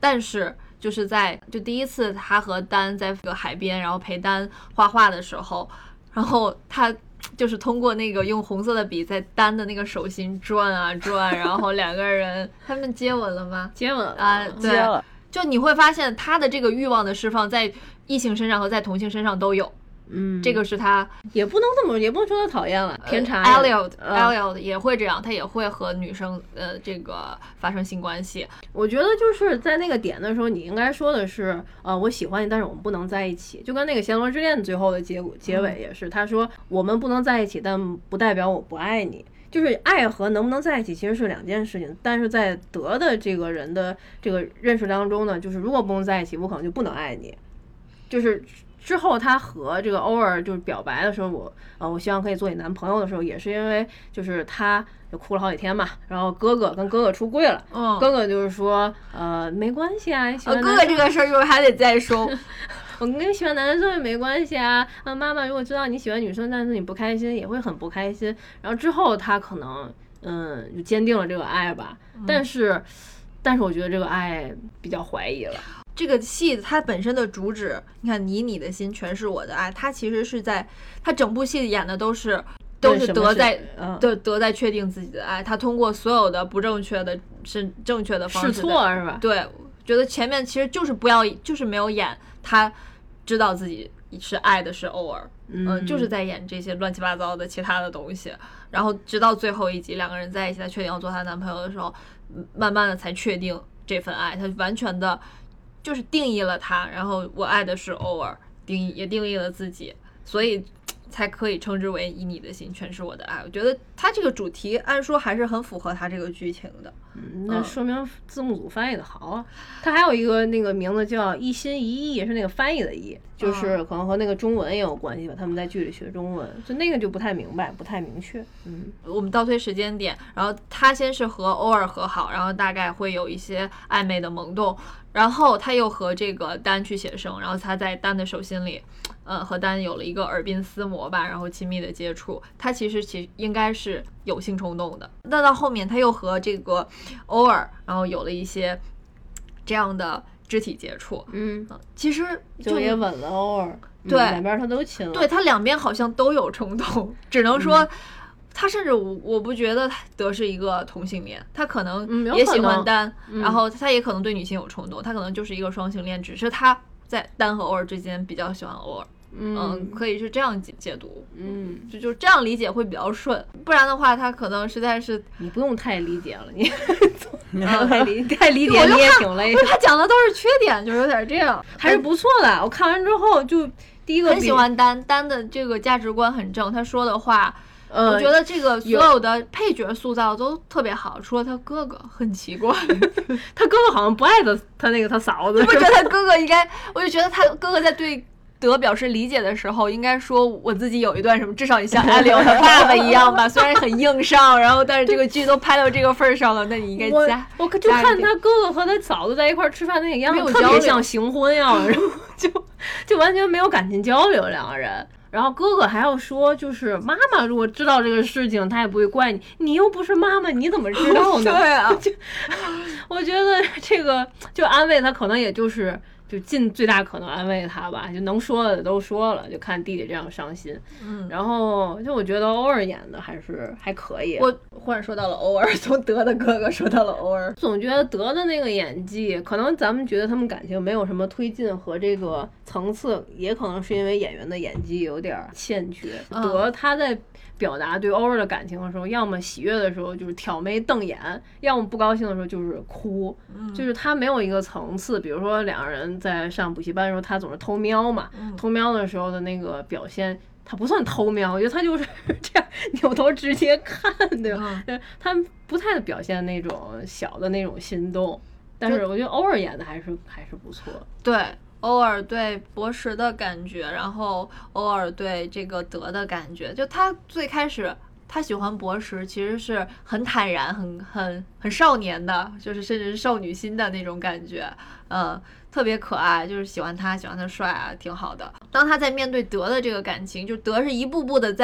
Speaker 1: 但是就是在就第一次他和丹在这个海边，然后陪丹画画的时候，然后他就是通过那个用红色的笔在丹的那个手心转啊转，然后两个人他们接吻了吗？
Speaker 2: 接吻
Speaker 1: 啊，对，
Speaker 3: 接了。
Speaker 1: 就你会发现他的这个欲望的释放在异性身上和在同性身上都有。
Speaker 2: 嗯，
Speaker 1: 这个是他
Speaker 2: 也不能这么，也不能说他讨厌了，偏差。
Speaker 1: Elliot
Speaker 2: 嗯
Speaker 1: Elliot 也会这样，他也会和女生呃这个发生性关系。
Speaker 2: 我觉得就是在那个点的时候，你应该说的是，呃，我喜欢你，但是我们不能在一起。就跟那个《暹罗之恋》最后的结果结尾也是，他说我们不能在一起，但不代表我不爱你。就是爱和能不能在一起其实是两件事情，但是在德的这个人的这个认识当中呢，就是如果不能在一起，我可能就不能爱你。就是之后他和这个欧尔就是表白的时候，我呃我希望可以做你男朋友的时候，也是因为就是他就哭了好几天嘛，然后哥哥跟哥哥出柜了，
Speaker 1: 嗯，
Speaker 2: 哥哥就是说呃没关系啊，喜欢
Speaker 1: 呃、哥哥这个事儿就是还得再说。
Speaker 2: 我跟你喜欢男生也没关系啊，啊妈妈如果知道你喜欢女生，但是你不开心也会很不开心。然后之后他可能嗯就坚定了这个爱吧，
Speaker 1: 嗯、
Speaker 2: 但是但是我觉得这个爱比较怀疑了。
Speaker 1: 这个戏它本身的主旨，你看以你的心全是我的爱，它其实是在它整部戏演的都是都是德在对德在确定自己的爱，他通过所有的不正确的是正确的方式
Speaker 2: 试错是吧？
Speaker 1: 对，觉得前面其实就是不要就是没有演他知道自己是爱的是偶尔，嗯、呃，就是在演这些乱七八糟的其他的东西，然后直到最后一集两个人在一起，他确定要做他男朋友的时候，慢慢的才确定这份爱，他完全的就是定义了他，然后我爱的是偶尔，定义也定义了自己，所以才可以称之为以你的心全是我的爱。我觉得他这个主题按说还是很符合他这个剧情的。
Speaker 2: 嗯，那说明字幕组翻译的好啊。他还有一个那个名字叫一心一意，也是那个翻译的意，就是可能和那个中文也有关系吧。他们在剧里学中文，就那个就不太明白，不太明确。嗯，
Speaker 1: 我们倒推时间点，然后他先是和欧尔和好，然后大概会有一些暧昧的萌动，然后他又和这个丹去写生，然后他在丹的手心里。呃，和丹有了一个耳鬓厮磨吧，然后亲密的接触，他其实其实应该是有性冲动的。那到后面他又和这个欧尔，然后有了一些这样的肢体接触，
Speaker 2: 嗯，
Speaker 1: 其实就,
Speaker 2: 就也吻了欧尔，
Speaker 1: 对、
Speaker 2: 嗯，两边他都亲了，
Speaker 1: 对他两边好像都有冲动，只能说。嗯他甚至我我不觉得德是一个同性恋，他可能也喜欢丹，
Speaker 2: 嗯、
Speaker 1: 然后他也可能对女性有冲动，他可能就是一个双性恋，只是他在丹和欧尔之间比较喜欢欧尔。嗯, 嗯，可以是这样解解读，
Speaker 2: 嗯，
Speaker 1: 就就这样理解会比较顺，不然的话，他可能实在是
Speaker 2: 你不用太理解了，你太理太理解你也挺累。
Speaker 1: 他讲的都是缺点，就有点这样，
Speaker 2: 还是不错的。我看完之后就第一个
Speaker 1: 很喜欢丹，丹的这个价值观很正，他说的话。
Speaker 2: 呃，
Speaker 1: 我觉得这个所有的配角塑造都特别好，除了他哥哥很奇怪，
Speaker 2: 他哥哥好像不爱他，他那个他嫂子。
Speaker 1: 我觉得他哥哥应该，我就觉得他哥哥在对德表示理解的时候，应该说我自己有一段什么，至少你像艾利欧他爸爸一样吧，虽然很硬上，然后但是这个剧都拍到这个份上了，那你应该加。
Speaker 2: 我我就看他哥哥和他嫂子在一块吃饭那个样子，特别像行婚样，然后就就完全没有感情交流两个人。然后哥哥还要说，就是妈妈如果知道这个事情，他也不会怪你，你又不是妈妈，你怎么知道呢？
Speaker 1: 对啊，
Speaker 2: 就我觉得这个就安慰他，可能也就是就尽最大可能安慰他吧，就能说的都说了，就看弟弟这样伤心。
Speaker 1: 嗯，
Speaker 2: 然后就我觉得欧尔演的还是还可以。
Speaker 1: 我忽然说到了欧尔，从德的哥哥说到了欧尔，
Speaker 2: 总觉得德的那个演技，可能咱们觉得他们感情没有什么推进和这个层次，也可能是因为演员的演技有点欠缺。
Speaker 1: 嗯、
Speaker 2: 德他在表达对欧尔的感情的时候，要么喜悦的时候就是挑眉瞪眼，要么不高兴的时候就是哭，
Speaker 1: 嗯、
Speaker 2: 就是他没有一个层次。比如说两个人在上补习班的时候，他总是偷瞄嘛，
Speaker 1: 嗯、
Speaker 2: 偷瞄的时候的那个表现。他不算偷瞄，我觉得他就是这样扭头直接看，对吧？
Speaker 1: 嗯、
Speaker 2: 他不太表现那种小的那种心动，但是我觉得欧尔演的还是还是不错。
Speaker 1: 对，欧尔对博士的感觉，然后欧尔对这个德的感觉，就他最开始他喜欢博士，其实是很坦然、很很很少年的，就是甚至是少女心的那种感觉，嗯。特别可爱，就是喜欢他，喜欢他帅啊，挺好的。当他在面对德的这个感情，就德是一步步的在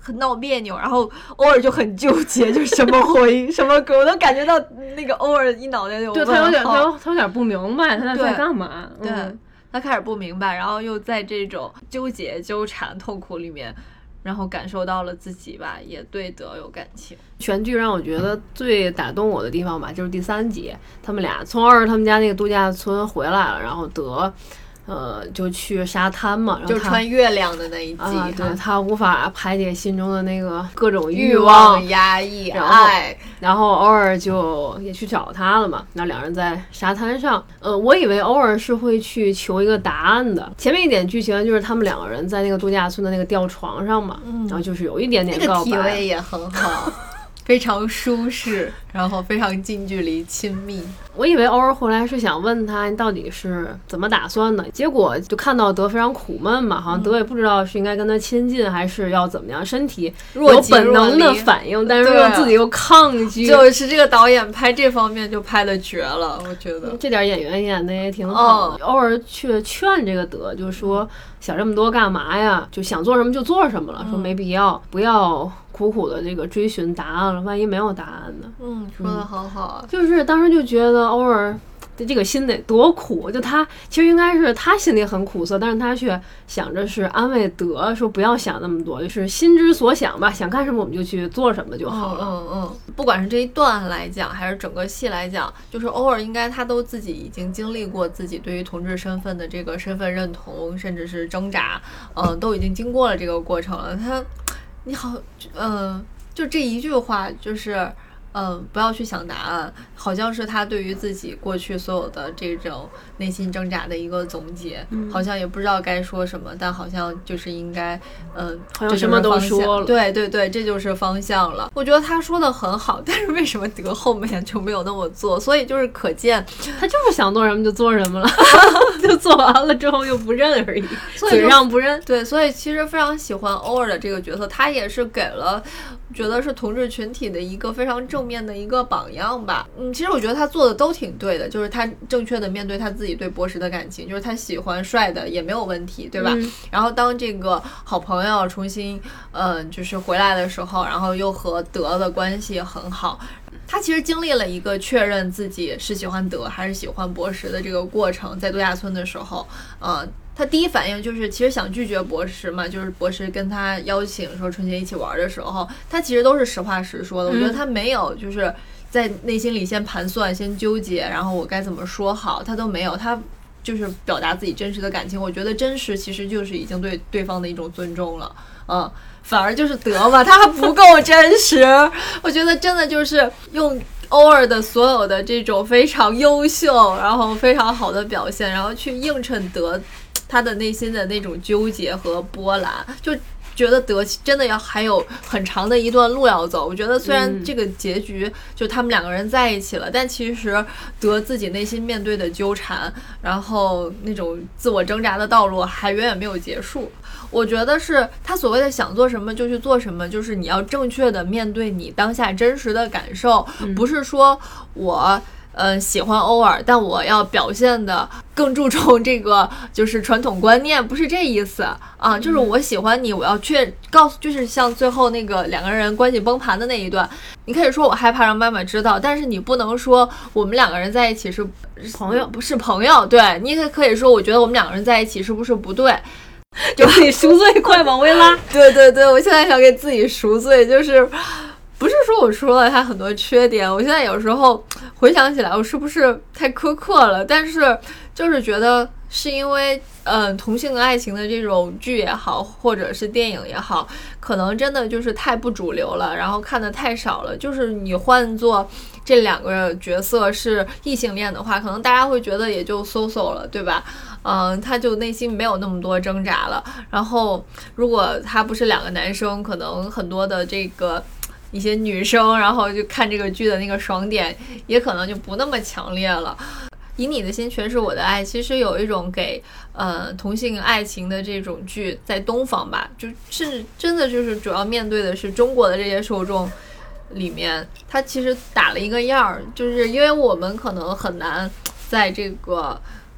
Speaker 1: 很闹别扭，然后偶尔就很纠结，就是什么回什么歌，我都感觉到那个偶尔一脑袋有
Speaker 2: 对他有点他有他有点不明白他在干嘛。
Speaker 1: 对、
Speaker 2: 嗯，
Speaker 1: 他开始不明白，然后又在这种纠结纠缠痛苦里面，然后感受到了自己吧也对德有感情。
Speaker 2: 全剧让我觉得最打动我的地方吧，就是第三集他们俩从二他们家那个度假村回来了，然后德呃，就去沙滩嘛，然后
Speaker 1: 就穿月亮的那一集，
Speaker 2: 啊、对他无法排解心中的那个各种
Speaker 1: 欲
Speaker 2: 望、
Speaker 1: 压抑、
Speaker 2: 然后
Speaker 1: 爱，
Speaker 2: 然后偶尔就也去找他了嘛。然后两人在沙滩上，呃，我以为偶尔是会去求一个答案的。前面一点剧情就是他们两个人在那个度假村的那个吊床上嘛，
Speaker 1: 嗯、
Speaker 2: 然后就是有一点点
Speaker 1: 告白，
Speaker 2: 告白，
Speaker 1: 那个体位也很好。非常舒适，然后非常近距离亲密。
Speaker 2: 我以为偶尔回来是想问他你到底是怎么打算的，结果就看到德非常苦闷嘛，好像德也不知道是应该跟他亲近还是要怎么样，身体有本能的反应，但是又自己又抗拒。
Speaker 1: 就是这个导演拍这方面就拍的绝了，我觉得
Speaker 2: 这点演员演的也挺好的。哦、偶尔去劝这个德，就说想这么多干嘛呀？就想做什么就做什么了，
Speaker 1: 嗯、
Speaker 2: 说没必要，不要苦苦的这个追寻答案了，万一没有答案呢？
Speaker 1: 嗯，说的好好啊、
Speaker 2: 嗯。就是当时就觉得偶尔这个心得多苦，就他其实应该是他心里很苦涩，但是他却想着是安慰德，说不要想那么多，就是心之所想吧，想干什么我们就去做什么就好了。
Speaker 1: 嗯嗯，嗯不管是这一段来讲，还是整个戏来讲，就是偶尔应该他都自己已经经历过自己对于同志身份的这个身份认同，甚至是挣扎，嗯、呃，都已经经过了这个过程了。他，你好，嗯、呃，就这一句话就是。嗯，不要去想答案，好像是他对于自己过去所有的这种内心挣扎的一个总结，
Speaker 2: 嗯、
Speaker 1: 好像也不知道该说什么，但好像就是应该，嗯，
Speaker 2: 好像什么都说了，
Speaker 1: 对对对，这就是方向了。我觉得他说的很好，但是为什么德后面就没有那么做？所以就是可见，
Speaker 2: 他就是想做什么就做什么了，就做完了之后又不认而已，嘴上不认。
Speaker 1: 对，所以其实非常喜欢欧尔的这个角色，他也是给了。觉得是同志群体的一个非常正面的一个榜样吧。嗯，其实我觉得他做的都挺对的，就是他正确的面对他自己对博士的感情，就是他喜欢帅的也没有问题，对吧？
Speaker 2: 嗯、
Speaker 1: 然后当这个好朋友重新嗯、呃、就是回来的时候，然后又和德的关系很好。他其实经历了一个确认自己是喜欢德还是喜欢博士的这个过程，在度假村的时候，呃他第一反应就是其实想拒绝博士嘛，就是博士跟他邀请说春节一起玩的时候，他其实都是实话实说的。我觉得他没有就是在内心里先盘算先纠结，然后我该怎么说好，他都没有，他就是表达自己真实的感情。我觉得真实其实就是已经对对方的一种尊重了。嗯，反而就是德嘛，他还不够真实。我觉得真的就是用欧尔的所有的这种非常优秀然后非常好的表现，然后去映衬德他的内心的那种纠结和波澜，就觉得德真的要还有很长的一段路要走。我觉得虽然这个结局、嗯、就他们两个人在一起了，但其实德自己内心面对的纠缠，然后那种自我挣扎的道路还远远没有结束。我觉得是他所谓的想做什么就去做什么，就是你要正确的面对你当下真实的感受、嗯、不是说我呃，喜欢欧尔，但我要表现的更注重这个就是传统观念，不是这意思啊。就是我喜欢你，我要确告诉，就是像最后那个两个人关系崩盘的那一段，你可以说我害怕让妈妈知道，但是你不能说我们两个人在一起是
Speaker 2: 朋友，
Speaker 1: 不是朋友。对，你也可以说我觉得我们两个人在一起是不是不对。
Speaker 2: 就你赎罪，快往回拉。
Speaker 1: 对对对，我现在想给自己赎罪，就是不是说我说了他很多缺点，我现在有时候回想起来我是不是太苛刻了，但是就是觉得是因为嗯同性爱情的这种剧也好或者是电影也好，可能真的就是太不主流了，然后看的太少了。就是你换做这两个角色是异性恋的话，可能大家会觉得也就 so so 了，对吧？嗯，他就内心没有那么多挣扎了。然后如果他不是两个男生，可能很多的这个一些女生然后就看这个剧的那个爽点也可能就不那么强烈了。以你的心诠释我的爱，其实有一种给呃同性爱情的这种剧，在东方吧，就是真的就是主要面对的是中国的这些受众里面，它其实打了一个样儿，就是因为我们可能很难在这个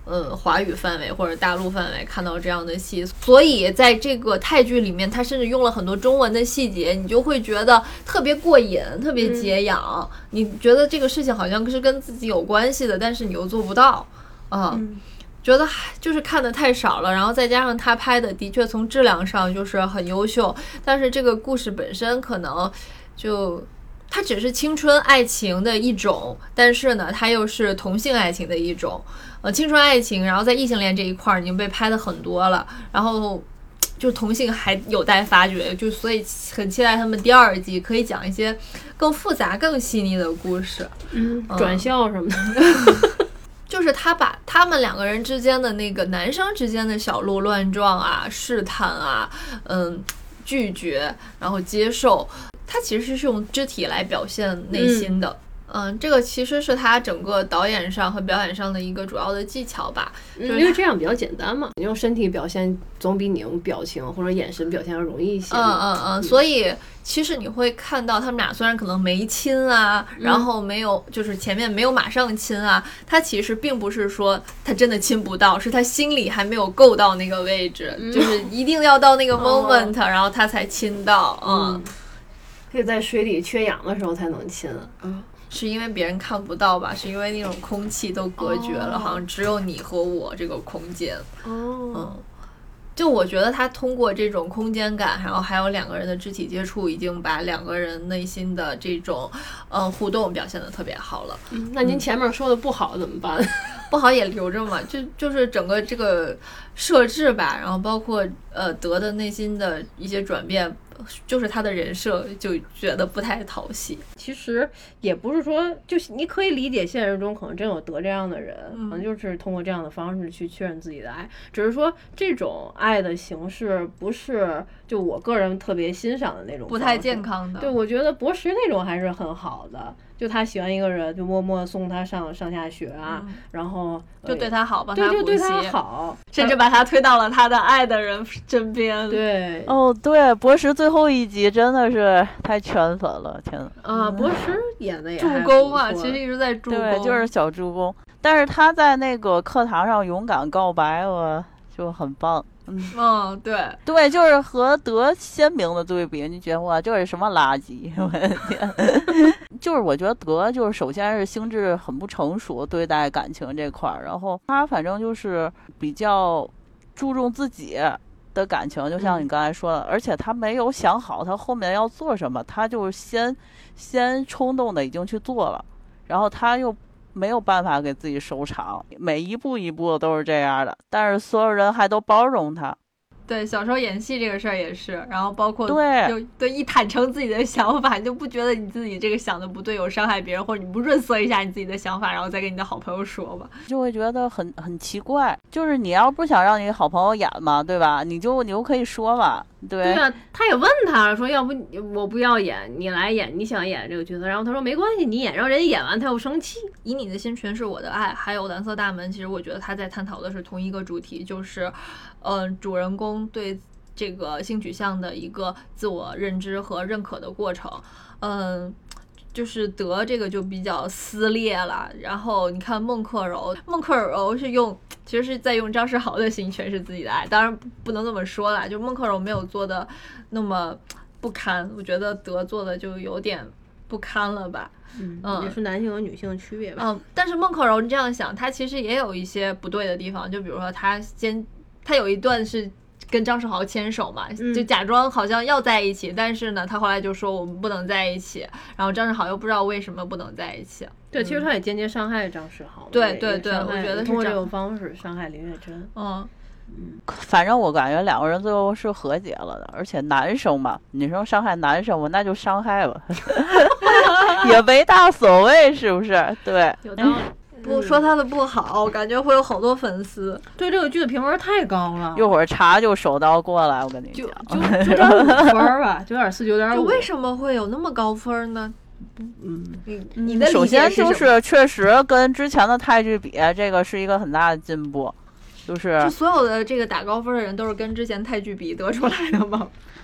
Speaker 1: 呃华语范围或者大陆范围看到这样的戏，所以在这个泰剧里面，它甚至用了很多中文的细节，你就会觉得特别过瘾，特别解痒。嗯、你觉得这个事情好像是跟自己有关系的，但是你又做不到啊。嗯觉得就是看的太少了，然后再加上他拍的的确从质量上就是很优秀，但是这个故事本身可能就它只是青春爱情的一种，但是呢它又是同性爱情的一种，呃青春爱情，然后在异性恋这一块已经被拍的很多了，然后就同性还有待发掘，就所以很期待他们第二季可以讲一些更复杂更细腻的故事。
Speaker 2: 嗯，转校什么的。
Speaker 1: 就是他把他们两个人之间的那个男生之间的小鹿乱撞啊、试探啊、嗯拒绝，然后接受，他其实是用肢体来表现内心的。嗯, 嗯，这个其实是他整个导演上和表演上的一个主要的技巧吧，
Speaker 2: 嗯、因为这样比较简单嘛，你用身体表现总比你用表情或者眼神表现要容易一些。
Speaker 1: 嗯嗯嗯，所以其实你会看到他们俩虽然可能没亲啊，嗯、然后没有就是前面没有马上亲啊，他其实并不是说他真的亲不到，是他心里还没有够到那个位置，嗯、就是一定要到那个 moment，、哦、然后他才亲到。嗯，
Speaker 2: 嗯可以在水里缺氧的时候才能亲。
Speaker 1: 嗯。是因为别人看不到吧？是因为那种空气都隔绝了， oh. 好像只有你和我这个空间。
Speaker 2: 哦、oh.
Speaker 1: 嗯，就我觉得他通过这种空间感，然后还有两个人的肢体接触，已经把两个人内心的这种嗯互动表现得特别好了。
Speaker 2: 嗯，那您前面说的不好怎么办？
Speaker 1: 不好也留着嘛，就就是整个这个设置吧，然后包括呃德的内心的一些转变。就是他的人设就觉得不太讨喜。
Speaker 2: 其实也不是说，就是你可以理解现实中可能真有德这样的人，
Speaker 1: 嗯、
Speaker 2: 可能就是通过这样的方式去确认自己的爱，只是说这种爱的形式不是就我个人特别欣赏的那种，
Speaker 1: 不太健康的。
Speaker 2: 对，我觉得博识那种还是很好的，就他喜欢一个人，就默默送他上上下学啊，嗯、然后
Speaker 1: 就对他好，帮他
Speaker 2: 补习，
Speaker 1: 对，
Speaker 2: 就对他好，
Speaker 1: 甚至把他推到了他的爱的人身边。
Speaker 2: 对，
Speaker 3: 哦，对，博识最后一集真的是太圈粉了，天呐！
Speaker 2: 啊，博识演的也
Speaker 1: 助攻啊，其实一直在助攻，
Speaker 3: 对，就是小助攻。但是他在那个课堂上勇敢告白，我就很棒。
Speaker 1: 嗯, 嗯，对
Speaker 3: 对，就是和德鲜明的对比，你觉得哇，这是什么垃圾？我的天！就是我觉得德就是首先是心智很不成熟，对待感情这块儿，然后他反正就是比较注重自己的感情，就像你刚才说的，嗯、而且他没有想好他后面要做什么，他就是先先冲动的已经去做了，然后他又没有办法给自己收场，每一步一步都是这样的，但是所有人还都包容他。
Speaker 1: 对，小时候演戏这个事儿也是，然后包括
Speaker 3: 对
Speaker 1: 就对一坦诚自己的想法，你就不觉得你自己这个想的不对，有伤害别人，或者你不润色一下你自己的想法，然后再跟你的好朋友说吧，
Speaker 3: 就会觉得很很奇怪。就是你要不想让你好朋友演嘛，对吧？你就你就可以说嘛，对。
Speaker 2: 对啊，他也问他说，要不我不要演，你来演，你想演这个角色，然后他说没关系，你演，让人演完他又生气。
Speaker 1: 以你的心全是我的爱，还有蓝色大门，其实我觉得他在探讨的是同一个主题，就是嗯、呃，主人公对这个性取向的一个自我认知和认可的过程。嗯，就是德这个就比较撕裂了，然后你看孟克柔，孟克柔是用其实是在用张世豪的心诠释自己的爱，当然不能这么说啦，就孟克柔没有做的那么不堪，我觉得德做的就有点不堪了吧。
Speaker 2: 嗯，也是男性和女性的区别吧。
Speaker 1: 嗯，但是孟克柔你这样想，他其实也有一些不对的地方，就比如说他先他有一段是跟张世豪牵手嘛，
Speaker 2: 嗯、
Speaker 1: 就假装好像要在一起，但是呢他后来就说我们不能在一起，然后张世豪又不知道为什么不能在一起。
Speaker 2: 对，其实他也间接伤害张世豪。
Speaker 1: 对对对，我觉得是
Speaker 2: 通过这种方式伤害林月珍。
Speaker 1: 嗯
Speaker 3: 嗯，反正我感觉两个人最后是和解了的，而且男生嘛，女生伤害男生嘛，那就伤害吧，也没大所谓，是不是？对，
Speaker 1: 有道理。不说他的不好，我感觉会有好多粉丝。
Speaker 2: 对这个剧的评分太高了，
Speaker 3: 一会儿查就手刀过来，我跟你讲，
Speaker 2: 就就九点五分吧，九点四、九点五。
Speaker 1: 为什么会有那么高分呢？
Speaker 2: 嗯，
Speaker 1: 你你的
Speaker 3: 首先就是确实跟之前的泰剧比，这个是一个很大的进步。就是
Speaker 1: 就所有的这个打高分的人都是跟之前泰剧比得出来的吗？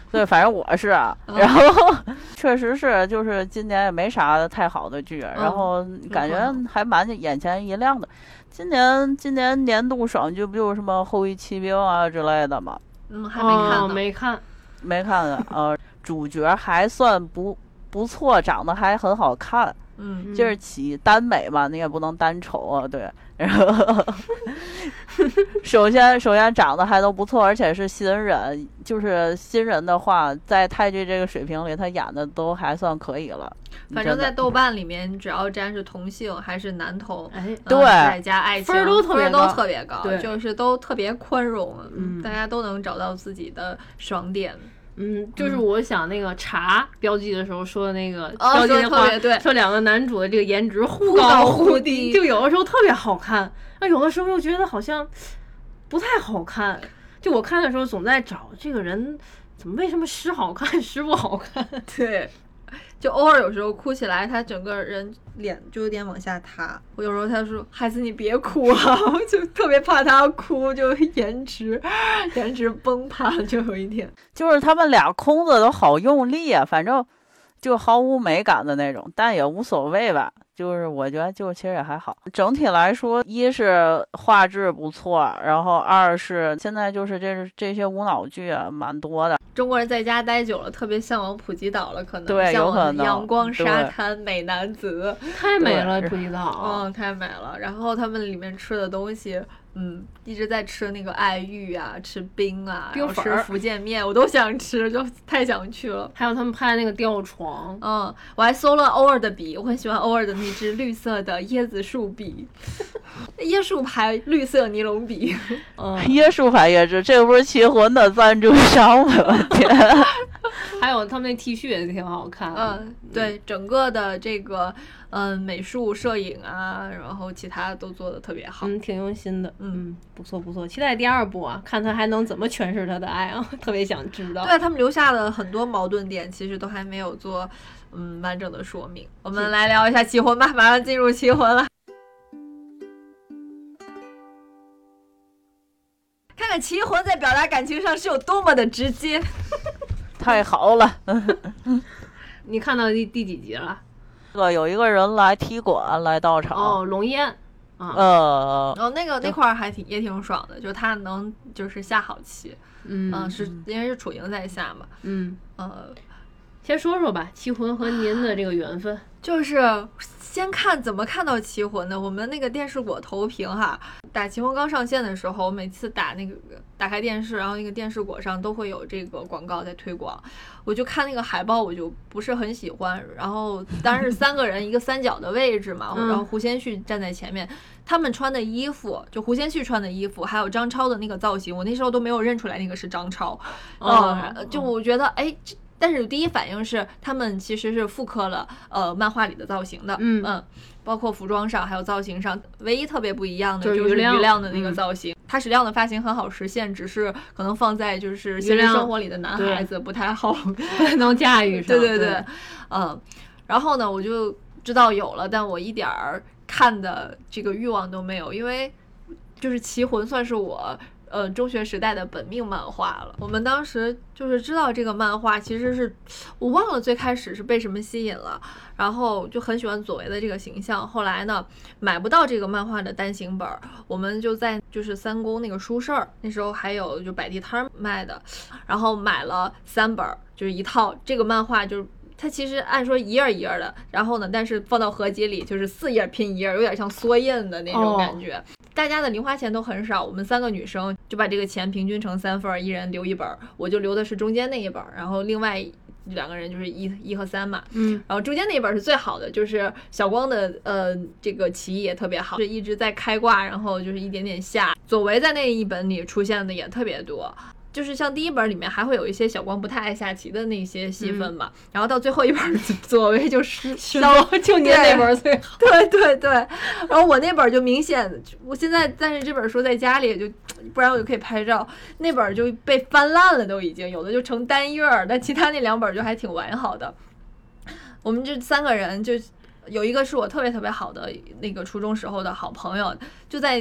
Speaker 3: 对，反正我是啊，然后确实是，就是今年也没啥太好的剧，然后感觉还蛮眼前一亮的。今年今年年度爽剧不就是什么《后羿骑兵》啊之类的吗？
Speaker 1: 嗯，还没看呢，
Speaker 2: 哦、没看，
Speaker 3: 没看的。呃，主角还算不不错，长得还很好看。
Speaker 1: 嗯，
Speaker 3: 就是起单美嘛，你也不能单丑啊，对。然后，首先首先长得还都不错，而且是新人，就是新人的话，在泰剧这个水平里，他演的都还算可以了。
Speaker 1: 反正在豆瓣里面，只要沾是同性还是男同，
Speaker 2: 哎，
Speaker 3: 对，
Speaker 1: 再加爱情，
Speaker 2: 分都特别
Speaker 1: 都特别高，
Speaker 2: 对，
Speaker 1: 就是都特别宽容，
Speaker 2: 嗯，
Speaker 1: 大家都能找到自己的爽点。
Speaker 2: 嗯，就是我想那个查标记的时候说的那个
Speaker 1: 标
Speaker 2: 记的话，
Speaker 1: 哦、对，
Speaker 2: 说两个男主的这个颜值忽
Speaker 1: 高
Speaker 2: 忽
Speaker 1: 低，
Speaker 2: 就有的时候特别好看，那有的时候又觉得好像不太好看。就我看的时候总在找这个人怎么为什么时好看时不好看。
Speaker 1: 对，就偶尔有时候哭起来，他整个人脸就有点往下塌。我有时候他说：“孩子，你别哭啊！”我就特别怕他哭，就颜值颜值崩盘，就有一点。
Speaker 3: 就是他们俩空子都好用力啊，反正就毫无美感的那种，但也无所谓吧。就是我觉得就其实也还好。整体来说，一是画质不错，然后二是现在就是这这些无脑剧啊蛮多的。
Speaker 1: 中国人在家待久了，特别向往普吉岛了，可能
Speaker 3: 对，有可能
Speaker 1: 阳光沙滩美男子，
Speaker 2: 太美了，普吉岛，
Speaker 1: 嗯，太美了。然后他们里面吃的东西，嗯，一直在吃那个爱玉啊，吃冰啊，
Speaker 2: 冰粉、
Speaker 1: 吃福建面，我都想吃，就太想去了。
Speaker 2: 还有他们拍那个吊床，
Speaker 1: 嗯，我还搜了欧尔的笔，我很喜欢欧尔的那支绿色的椰子树笔，椰树牌绿色尼龙笔。
Speaker 2: 嗯，
Speaker 3: 椰树牌椰子，这不是奇魂的赞助商吗？我天！
Speaker 2: 还有他们那 T 恤也挺好看。
Speaker 1: 嗯，对，整个的这个嗯美术、摄影啊，然后其他都做的特别好，
Speaker 2: 嗯，挺用心的，
Speaker 1: 嗯，
Speaker 2: 不错不错。期待第二部啊，看他还能怎么诠释他的爱啊，特别想知道。
Speaker 1: 对他们留下的很多矛盾点，其实都还没有做嗯完整的说明。我们来聊一下奇魂吧，马上进入奇魂了。看看奇魂在表达感情上是有多么的直接。
Speaker 3: 太好了。
Speaker 2: 你看到第第几集了？
Speaker 3: 呃，有一个人来踢馆来到场。
Speaker 2: 哦，龙焰。啊、
Speaker 3: 呃，
Speaker 1: 哦，那个那块儿还挺也挺爽的，就他能就是下好棋。
Speaker 2: 嗯、
Speaker 1: 呃，是因为是楚莹在下嘛。
Speaker 2: 嗯。
Speaker 1: 呃，
Speaker 2: 先说说吧，奇魂和您的这个缘分。
Speaker 1: 就是先看怎么看到奇魂的。我们那个电视果投屏哈，打奇魂刚上线的时候，每次打那个打开电视，然后那个电视果上都会有这个广告在推广。我就看那个海报，我就不是很喜欢。然后当然是三个人一个三角的位置嘛，然后胡先煦站在前面，他们穿的衣服，就胡先煦穿的衣服，还有张超的那个造型，我那时候都没有认出来那个是张超。
Speaker 2: 哦、
Speaker 1: 嗯，就我觉得哎。但是第一反应是，他们其实是复刻了呃漫画里的造型的，
Speaker 2: 嗯
Speaker 1: 嗯，包括服装上还有造型上，唯一特别不一样的
Speaker 2: 就是
Speaker 1: 于亮的那个造型。他、嗯、矢亮的发型很好实现，只是可能放在就是现实生活里的男孩子不太好
Speaker 2: 能驾驭上。
Speaker 1: 对对对，嗯，然后呢，我就知道有了，但我一点儿看的这个欲望都没有，因为就是奇魂算是我。呃，中学时代的本命漫画了。我们当时就是知道这个漫画，其实是我忘了最开始是被什么吸引了，然后就很喜欢佐为的这个形象。后来呢，买不到这个漫画的单行本，我们就在就是三公那个书市，那时候还有就摆地摊卖的，然后买了三本，就是一套这个漫画就是。它其实按说一页一页的，然后呢，但是放到合集里就是四页拼一页，有点像缩印的那种感觉。哦、大家的零花钱都很少，我们三个女生就把这个钱平均成三份，一人留一本，我就留的是中间那一本，然后另外两个人就是一一和三嘛。
Speaker 2: 嗯，
Speaker 1: 然后中间那一本是最好的，就是小光的呃这个棋艺也特别好，是一直在开挂，然后就是一点点下。佐为在那一本里出现的也特别多。就是像第一本里面还会有一些小光不太爱下棋的那些戏份嘛，嗯、然后到最后一本佐为就是消，
Speaker 2: 就您那本最好。
Speaker 1: 对对对，然后我那本就明显，我现在但是这本书在家里就，不然我就可以拍照，那本就被翻烂了都已经，有的就成单页儿，但其他那两本就还挺完好的。我们这三个人就有一个是我特别特别好的那个初中时候的好朋友，就在。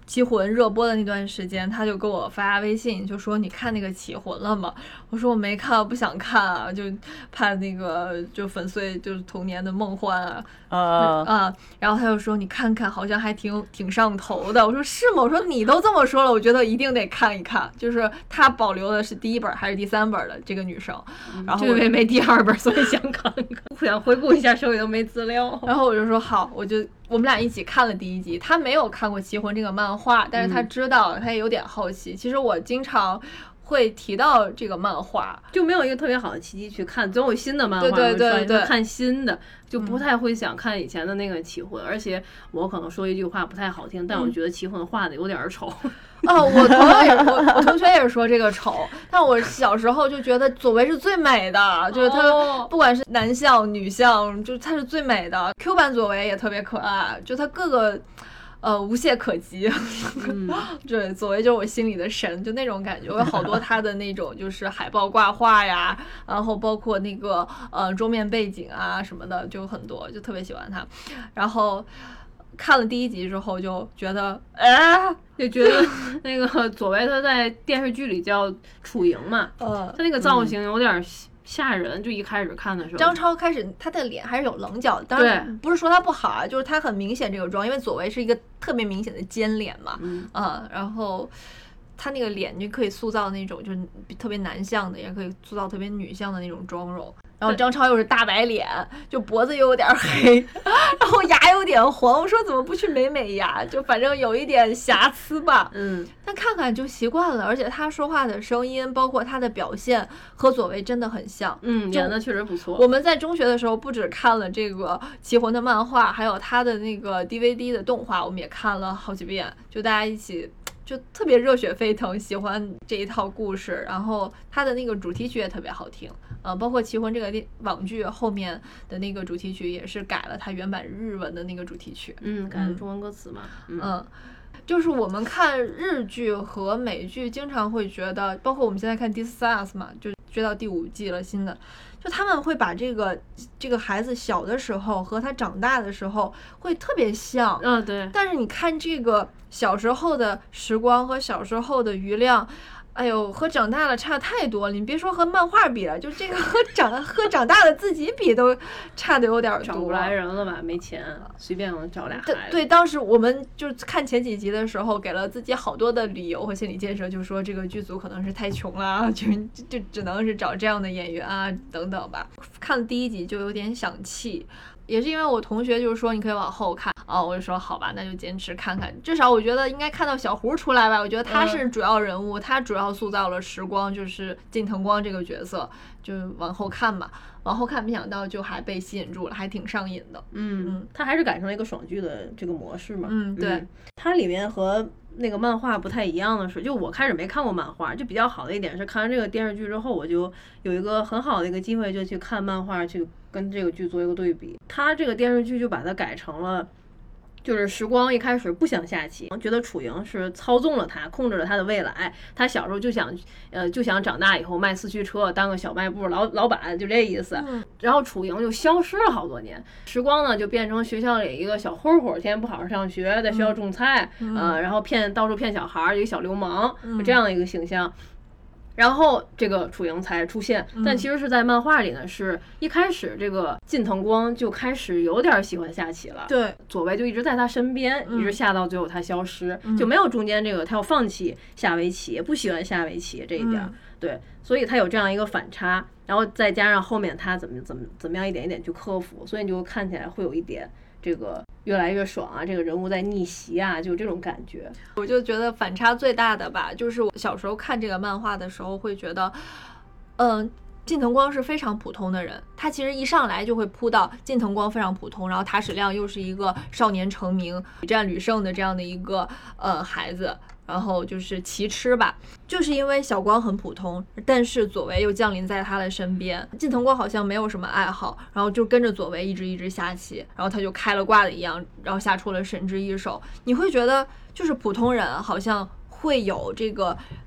Speaker 1: 棋魂热播的那段时间，他就给我发微信，就说你看那个棋魂了吗？我说我没看，我不想看啊，就怕那个就粉碎就是童年的梦幻啊。
Speaker 3: 呃
Speaker 1: 啊，然后他就说你看看，好像还挺挺上头的。我说是吗？我说你都这么说了，我觉得一定得看一看。就是他保留的是第一本还是第三本的这个女生，然后
Speaker 2: 因为没第二本，所以想看看，想回顾一下，手里都没资料。
Speaker 1: 然后我就说好，我就我们俩一起看了第一集。他没有看过《棋魂》这个漫画，但是他知道，他也有点好奇。其实我经常会提到这个漫画，
Speaker 2: 就没有一个特别好的契机去看，总有新的漫画，
Speaker 1: 对对对对，
Speaker 2: 看新的，就不太会想看以前的那个棋魂。而且我可能说一句话不太好听，但我觉得棋魂画的有点丑。
Speaker 1: 哦，我同学也我我同学也是说这个丑，但我小时候就觉得佐为是最美的，就是他不管是男相女相，就他是最美的。Q 版佐为也特别可爱，就他各个。呃，无懈可击，
Speaker 2: 嗯、
Speaker 1: 对，佐为就是我心里的神，就那种感觉。我有好多他的那种就是海报挂画呀，然后包括那个呃桌面背景啊什么的，就很多，就特别喜欢他。然后看了第一集之后，就觉得，哎，
Speaker 2: 就觉得那个佐为他在电视剧里叫楚莹嘛，
Speaker 1: 呃，
Speaker 2: 他那个造型有点。吓人，就一开始看的时候，
Speaker 1: 张超开始他的脸还是有棱角的，当然不是说他不好啊，就是他很明显这个妆，因为佐为是一个特别明显的尖脸嘛，
Speaker 2: 嗯
Speaker 1: 啊，然后他那个脸你可以塑造那种就是特别男相的，也可以塑造特别女相的那种妆容。然后张超又是大白脸，就脖子又有点黑，然后牙有点黄。我说怎么不去美美牙？就反正有一点瑕疵吧。
Speaker 2: 嗯，
Speaker 1: 但看看就习惯了，而且他说话的声音，包括他的表现，和佐为真的很像。
Speaker 2: 嗯，演的确实不错。
Speaker 1: 我们在中学的时候，不止看了这个《棋魂》的漫画，还有他的那个 D V D 的动画，我们也看了好几遍，就大家一起。就特别热血沸腾，喜欢这一套故事，然后它的那个主题曲也特别好听，呃，包括《棋魂》这个网剧后面的那个主题曲也是改了它原版日文的那个主题曲，
Speaker 2: 嗯，改了中文歌词嘛，
Speaker 1: 嗯。嗯就是我们看日剧和美剧，经常会觉得，包括我们现在看《This Is Us》嘛，就追到第五季了，新的，就他们会把这个这个孩子小的时候和他长大的时候会特别像，
Speaker 2: 嗯，对。
Speaker 1: 但是你看这个小时候的时光和小时候的余亮。哎呦，和长大了差太多了！你别说和漫画比了，就这个和长和长大的自己比都差的有点多。
Speaker 2: 找不来人了吧？没钱，随便能找俩孩子。
Speaker 1: 对，当时我们就看前几集的时候，给了自己好多的理由和心理建设，就说这个剧组可能是太穷了，就就只能是找这样的演员啊，等等吧。看了第一集就有点想气。也是因为我同学就是说你可以往后看啊、哦，我就说好吧，那就坚持看看。至少我觉得应该看到小胡出来吧，我觉得他是主要人物，嗯、他主要塑造了时光，就是近藤光这个角色，就往后看吧。往后看，没想到就还被吸引住了，还挺上瘾的。
Speaker 2: 嗯嗯，他还是改成了一个爽剧的这个模式嘛。
Speaker 1: 嗯，对，
Speaker 2: 嗯、它里面和那个漫画不太一样的是，就我开始没看过漫画，就比较好的一点是看完这个电视剧之后，我就有一个很好的一个机会，就去看漫画，去跟这个剧做一个对比。他这个电视剧就把它改成了。就是时光一开始不想下棋，觉得楚莹是操纵了他，控制了他的未来。他小时候就想，呃，就想长大以后卖四驱车，当个小卖部老老板，就这意思。
Speaker 1: 嗯、
Speaker 2: 然后楚莹就消失了好多年，时光呢就变成学校里一个小混混，天天不好好上学，在学校种菜，
Speaker 1: 嗯、
Speaker 2: 呃，然后骗到处骗小孩，一个小流氓，
Speaker 1: 嗯、
Speaker 2: 就这样的一个形象。然后这个楚莹才出现，但其实是在漫画里呢，是一开始这个近藤光就开始有点喜欢下棋了。
Speaker 1: 对，
Speaker 2: 佐为就一直在他身边，
Speaker 1: 嗯、
Speaker 2: 一直下到最后他消失，
Speaker 1: 嗯、
Speaker 2: 就没有中间这个他要放弃下围棋，不喜欢下围棋这一点。
Speaker 1: 嗯、
Speaker 2: 对，所以他有这样一个反差，然后再加上后面他怎么怎么怎么样一点一点去克服，所以你就看起来会有一点这个越来越爽啊，这个人物在逆袭啊，就这种感觉。
Speaker 1: 我就觉得反差最大的吧，就是我小时候看这个漫画的时候会觉得，嗯。近藤光是非常普通的人，他其实一上来就会扑到近藤光非常普通，然后塔矢亮又是一个少年成名、屡战屡胜的这样的一个呃孩子，然后就是棋痴吧，就是因为小光很普通，但是佐为又降临在他的身边。近藤光好像没有什么爱好，然后就跟着佐为一直一直下棋，然后他就开了挂的一样，然后下出了神之一手。你会觉得就是普通人好像会有这个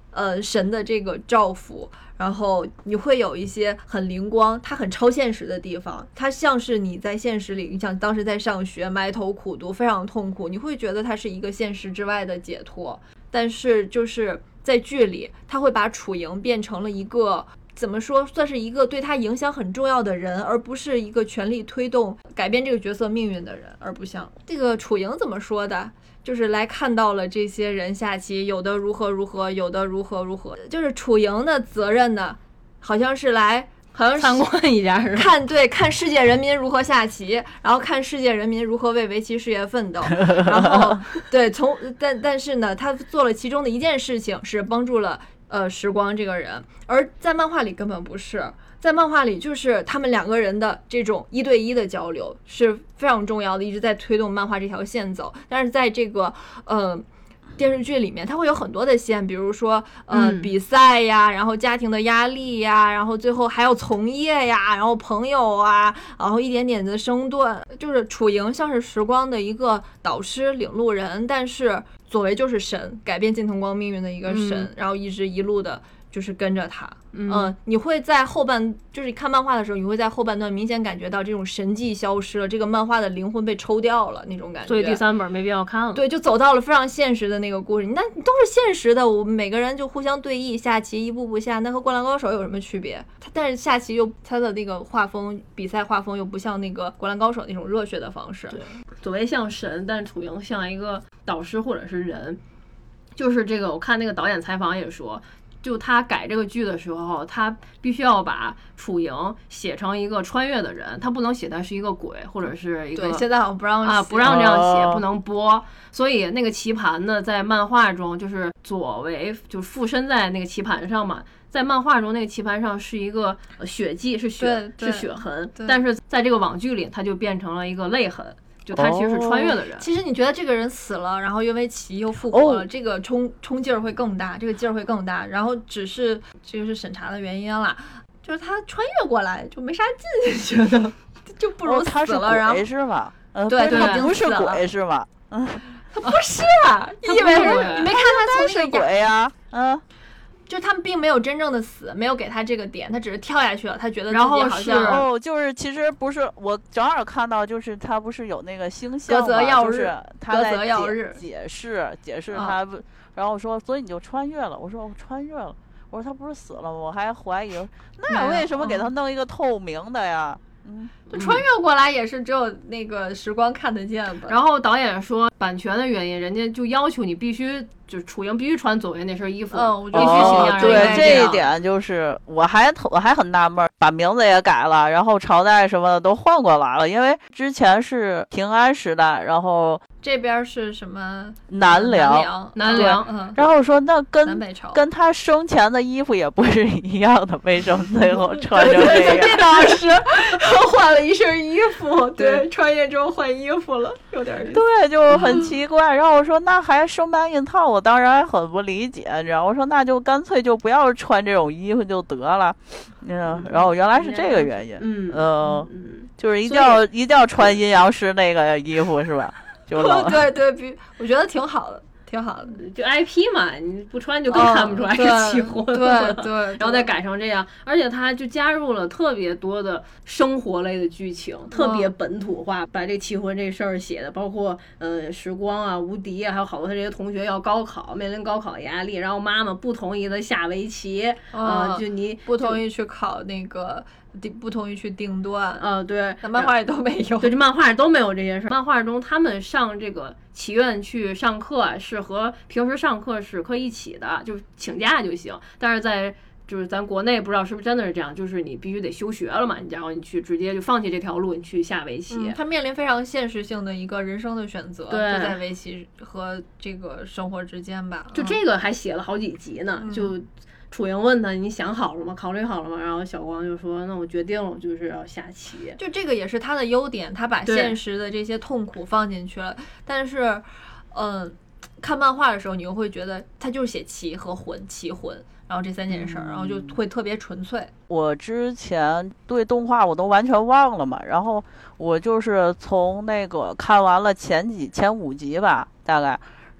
Speaker 1: 呃神的这个照拂，然后你会有一些很灵光，它很超现实的地方，它像是你在现实里，你想当时在上学埋头苦读非常痛苦，你会觉得它是一个现实之外的解脱。但是就是在剧里他会把楚莹变成了一个怎么说，算是一个对他影响很重要的人，而不是一个全力推动改变这个角色命运的人，而不像这个楚莹怎么说的，就是来看到了这些人下棋，有的如何如何，有的如何如何，就是楚莹的责任呢，好像是来好像是
Speaker 2: 参观一下是吧？
Speaker 1: 看对看世界人民如何下棋，然后看世界人民如何为围棋事业奋斗，然后对从但但是呢，他做了其中的一件事情是帮助了呃时光这个人，而在漫画里根本不是。在漫画里，就是他们两个人的这种一对一的交流是非常重要的，一直在推动漫画这条线走。但是在这个呃电视剧里面，它会有很多的线，比如说呃、嗯、比赛呀，然后家庭的压力呀，然后最后还要从业呀，然后朋友啊，然后一点点的升段。就是楚莹像是时光的一个导师、领路人，但是佐为就是神，改变近藤光命运的一个神，嗯、然后一直一路的。就是跟着他，嗯、呃，你会在后半，就是看漫画的时候，你会在后半段明显感觉到这种神迹消失了，这个漫画的灵魂被抽掉了那种感觉。
Speaker 2: 所以第三本没必要看了。
Speaker 1: 对，就走到了非常现实的那个故事，那都是现实的，我们每个人就互相对弈下棋，一步步下，那和灌篮高手有什么区别？他但是下棋又他的那个画风，比赛画风又不像那个灌篮高手那种热血的方式。
Speaker 2: 对，佐为像神，但楚莹像一个导师或者是人。就是这个，我看那个导演采访也说。就他改这个剧的时候，他必须要把楚莹写成一个穿越的人，他不能写他是一个鬼或者是一个。
Speaker 1: 对，现在好像不让
Speaker 2: 啊，不让这样写，哦、不能播。所以那个棋盘呢，在漫画中就是佐为就是附身在那个棋盘上嘛，在漫画中那个棋盘上是一个血迹，是血是血痕，但是在这个网剧里，它就变成了一这个泪痕。就他其实是穿越的人、哦、
Speaker 1: 其实你觉得这个人死了，然后因为棋又复活了、哦、这个冲冲劲儿会更大，这个劲儿会更大，然后只是这个是审查的原因啦，就是他穿越过来就没啥劲，觉得就不如死了、哦、
Speaker 3: 他是鬼
Speaker 1: 然后
Speaker 3: 是吧、呃、
Speaker 1: 对对，
Speaker 3: 他不是鬼是吧？
Speaker 1: 嗯，他不是啊，你以为是你没看他从
Speaker 3: 那个鬼呀、啊？嗯。
Speaker 1: 就他们并没有真正的死，没有给他这个点，他只是跳下去了，他觉得自己好像
Speaker 3: 哦，就是其实不是，我正好看到就是他不是有那个星象嘛，
Speaker 1: 隔泽耀日，
Speaker 3: 就是他在
Speaker 1: 解
Speaker 3: 解释解释他、哦，然后我说所以你就穿越了，我说我穿越了，我说他不是死了吗？我还怀疑那为什么给他弄一个透明的呀？嗯，
Speaker 1: 就穿越过来也是只有那个时光看得见的。
Speaker 2: 然后导演说版权的原因，人家就要求你必须就是楚莹必须穿佐为那身衣服，
Speaker 1: 嗯，我
Speaker 2: 必须形象、
Speaker 3: 哦、对这一点就是我还我还很纳闷，把名字也改了，然后朝代什么的都换过来了，因为之前是平安时代，然后
Speaker 1: 这边是什么
Speaker 3: 南
Speaker 1: 梁
Speaker 2: 南梁，
Speaker 1: 嗯，
Speaker 3: 然后我说那跟
Speaker 1: 南北朝
Speaker 3: 跟他生前的衣服也不是一样的，为什么最后穿成这样？
Speaker 1: 这倒是换了一身衣服，对，穿越之后换衣服了，有点意思。
Speaker 3: 对，就很奇怪。然后我说那还生搬硬套，我当然还很不理解，你知道？我说那就干脆就不要穿这种衣服就得了。嗯，然后原来是这个原因。
Speaker 2: 嗯
Speaker 3: 呃、嗯，就是一定要一定要穿阴阳师那个衣服是吧？就
Speaker 1: 对对，比我觉得挺好的。挺好的，
Speaker 2: 就 I P 嘛，你不穿就更看不出来是起婚
Speaker 1: 了、哦、对 对, 对，
Speaker 2: 然后再改成这样，而且他就加入了特别多的生活类的剧情，特别本土化，把这起婚这事儿写的，包括呃时光啊、无敌啊，还有好多他这些同学要高考，面临高考压力，然后妈妈不同意的下围棋啊、呃，就你
Speaker 1: 不同意去考那个。不同意去定段，
Speaker 2: 呃，对，
Speaker 1: 那漫画里都没有，
Speaker 2: 对，这漫画里都没有这些事。漫画中他们上这个棋院去上课是和平时上课是可以一起的，就请假就行。但是在就是咱国内不知道是不是真的是这样，就是你必须得休学了嘛，你然后你去直接就放弃这条路，你去下围棋。
Speaker 1: 嗯、他面临非常现实性的一个人生的选择，
Speaker 2: 对，
Speaker 1: 就在围棋和这个生活之间吧。
Speaker 2: 就这个还写了好几集呢，
Speaker 1: 嗯、
Speaker 2: 就。楚莹问他你想好了吗？考虑好了吗？然后小光就说那我决定了，就是要下棋。
Speaker 1: 就这个也是他的优点，他把现实的这些痛苦放进去了。但是嗯、呃，看漫画的时候你又会觉得他就是写棋和魂棋魂，然后这三件事儿、嗯、然后就会特别纯粹。
Speaker 3: 我之前对动画我都完全忘了嘛，然后我就是从那个看完了前几前五集吧大概，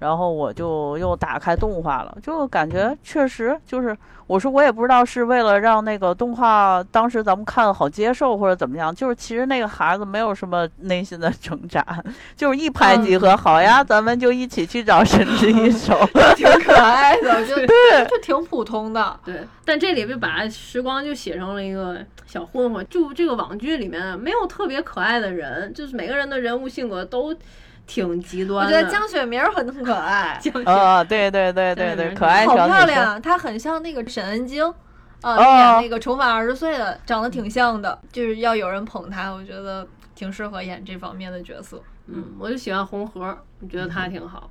Speaker 3: 然后我就又打开动画了，就感觉确实就是，我说我也不知道是为了让那个动画当时咱们看好接受或者怎么样，就是其实那个孩子没有什么内心的成长，就是一拍即合，嗯、好呀，咱们就一起去找神之一手，
Speaker 1: 挺可爱的，就对，就挺普通的。
Speaker 2: 对，但这里边把时光就写成了一个小混混，就这个网剧里面没有特别可爱的人，就是每个人的人物性格都挺极端的。
Speaker 1: 我觉得江雪明很可爱。
Speaker 3: 啊，对对对对对，可爱小
Speaker 1: 好漂亮，她很像那个沈恩京，呃，
Speaker 3: 哦、
Speaker 1: 演那个重返二十岁的，长得挺像的，就是要有人捧她，我觉得挺适合演这方面的角色。
Speaker 2: 嗯，我就喜欢红盒，我觉得他挺好。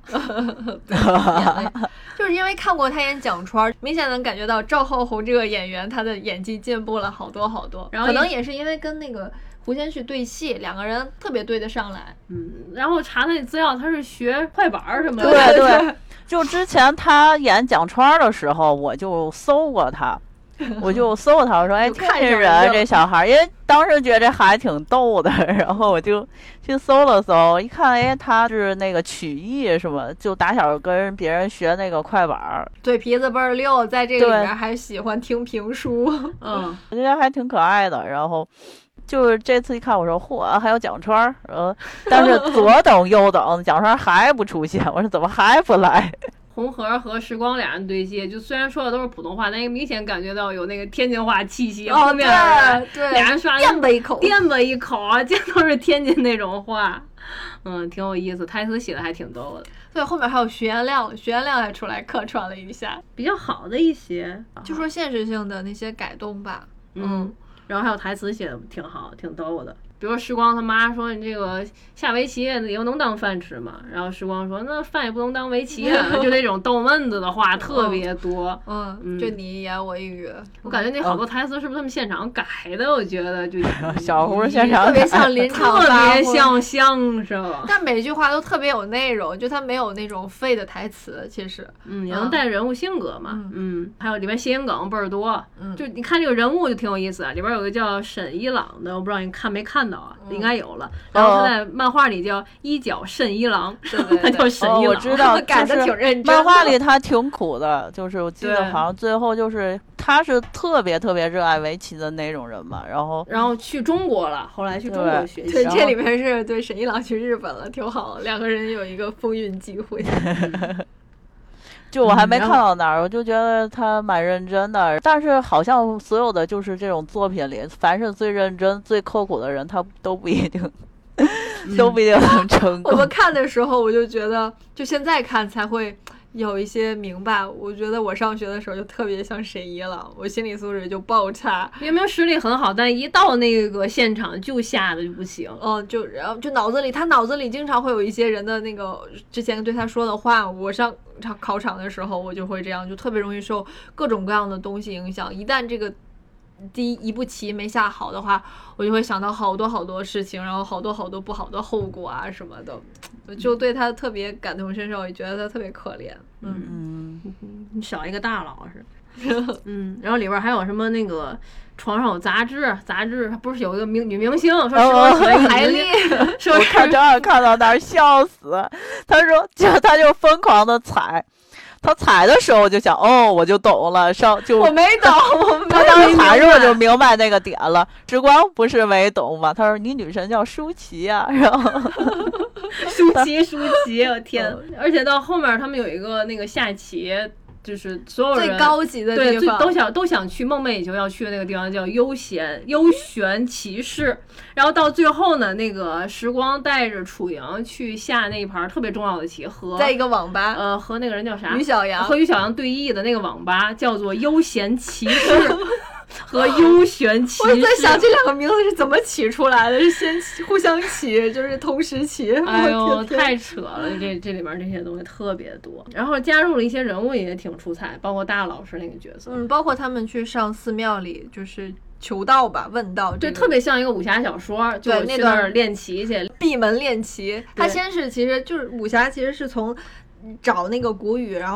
Speaker 1: 就是因为看过他演蒋川，明显能感觉到赵浩宏这个演员他的演技进步了好多好多。然后可能也是因为跟那个胡先煦对戏，两个人特别对得上来。
Speaker 2: 嗯，然后查他的资料，他是学快板什么的。
Speaker 3: 对对，就之前他演蒋川的时候，我就搜过他。我就搜他，我说哎，看这人这小孩，因为当时觉得这孩子挺逗的，然后我就去搜了搜，一看哎，他是那个曲艺什么，就打小跟别人学那个快板，
Speaker 1: 嘴皮子倍儿溜，在这个里面还喜欢听评书，
Speaker 2: 嗯，
Speaker 3: 我觉得还挺可爱的。然后就是这次一看，我说嚯，还有蒋川，呃，但是左等右等，蒋川还不出现，我说怎么还不来？
Speaker 2: 红盒和时光俩人对戏，就虽然说的都是普通话，但也明显感觉到有那个天津话气息。
Speaker 1: 哦，
Speaker 2: 后面
Speaker 1: 对，
Speaker 2: 俩人说
Speaker 1: 垫吧一口，
Speaker 2: 垫吧一口啊，这都是天津那种话，嗯，挺有意思，台词写的还挺逗的。
Speaker 1: 对，后面还有徐元亮，徐元亮还出来客串了一下，
Speaker 2: 比较好的一些，
Speaker 1: 就说现实性的那些改动吧，
Speaker 2: 嗯，嗯然后还有台词写的挺好，挺逗的。比如说时光他妈说你这个下围棋以后能当饭吃吗？然后时光说那饭也不能当围棋啊，就那种逗闷子的话特别多。
Speaker 1: 嗯，嗯就你一言我一语，
Speaker 2: 我感觉那好多台词是不是他们现场改的？我觉得就
Speaker 3: 小胡现场
Speaker 1: 特别像临场，
Speaker 2: 特别像相声，
Speaker 1: 但每句话都特别有内容，就他没有那种废的台词。其实，
Speaker 2: 嗯，也能带人物性格嘛。
Speaker 1: 嗯，
Speaker 2: 嗯还有里面谐音梗倍儿多。
Speaker 1: 嗯，
Speaker 2: 就你看这个人物就挺有意思啊，里边有个叫沈一郎的，我不知道你看没看到啊？应该有了。然后他在漫画里叫一角慎一郎，他叫沈一郎。
Speaker 3: 我知道，
Speaker 1: 改的挺认真。
Speaker 3: 漫画里他挺苦的，就是我记得好像最后就是他是特别特别热爱围棋的那种人嘛，然后
Speaker 2: 然后去中国了，后来去中国学习。
Speaker 1: 对，这里面是对沈一郎去日本了，挺好，两个人有一个风云际会。
Speaker 3: 就我还没看到那儿、嗯，我就觉得他蛮认真的，但是好像所有的就是这种作品里，凡是最认真、最刻苦的人，他都不一定，嗯、都不一定能成功。
Speaker 1: 我们看的时候，我就觉得，就现在看才会有一些明白。我觉得我上学的时候就特别像沈一郎，我心理素质就爆差，
Speaker 2: 明明实力很好，但一到那个现场就吓得就不行。
Speaker 1: 嗯，就然后就脑子里，他脑子里经常会有一些人的那个之前对他说的话，我上。考场的时候我就会这样，就特别容易受各种各样的东西影响。一旦这个第一一步棋没下好的话，我就会想到好多好多事情，然后好多好多不好的后果啊什么的，就对他特别感同身受，也觉得他特别可怜。
Speaker 2: 嗯嗯，你少一个大佬是。嗯，然后里边还有什么那个床上有杂志，杂志不是有一个明女明星说
Speaker 3: 说
Speaker 1: 海丽，
Speaker 3: 说我看正好看到那儿笑死，他说就他就疯狂的踩。他踩的时候我就想，哦，我就懂了，上就
Speaker 1: 我没懂，我
Speaker 3: 他当时踩着我就明白那个点了。时光不是没懂吗？他说你女神叫舒淇呀、啊，然后
Speaker 2: 舒淇舒淇，我天！而且到后面他们有一个那个下棋。就是所有人
Speaker 1: 最高级的地方，
Speaker 2: 对，都想都想去梦寐以求要去的那个地方，叫悠闲悠悬骑士。然后到最后呢，那个时光带着楚莹去下那一盘特别重要的棋，和
Speaker 1: 在一个网吧，
Speaker 2: 呃，和那个人叫啥？
Speaker 1: 于小阳，
Speaker 2: 和于小阳对弈的那个网吧叫做悠闲骑士。和悠悬骑士，
Speaker 1: 我在想这两个名字是怎么起出来的？是先互相起，就是同时起。
Speaker 2: 哎呦，太扯了！这这里面这些东西特别多，然后加入了一些人物也挺出彩，包括大老师那个角色，
Speaker 1: 嗯，包括他们去上寺庙里就是求道吧，问道，
Speaker 2: 对，特别像一个武侠小说，就
Speaker 1: 那段
Speaker 2: 练棋去，
Speaker 1: 闭门练棋。他先是其实就是武侠，其实是从找那个古语，然后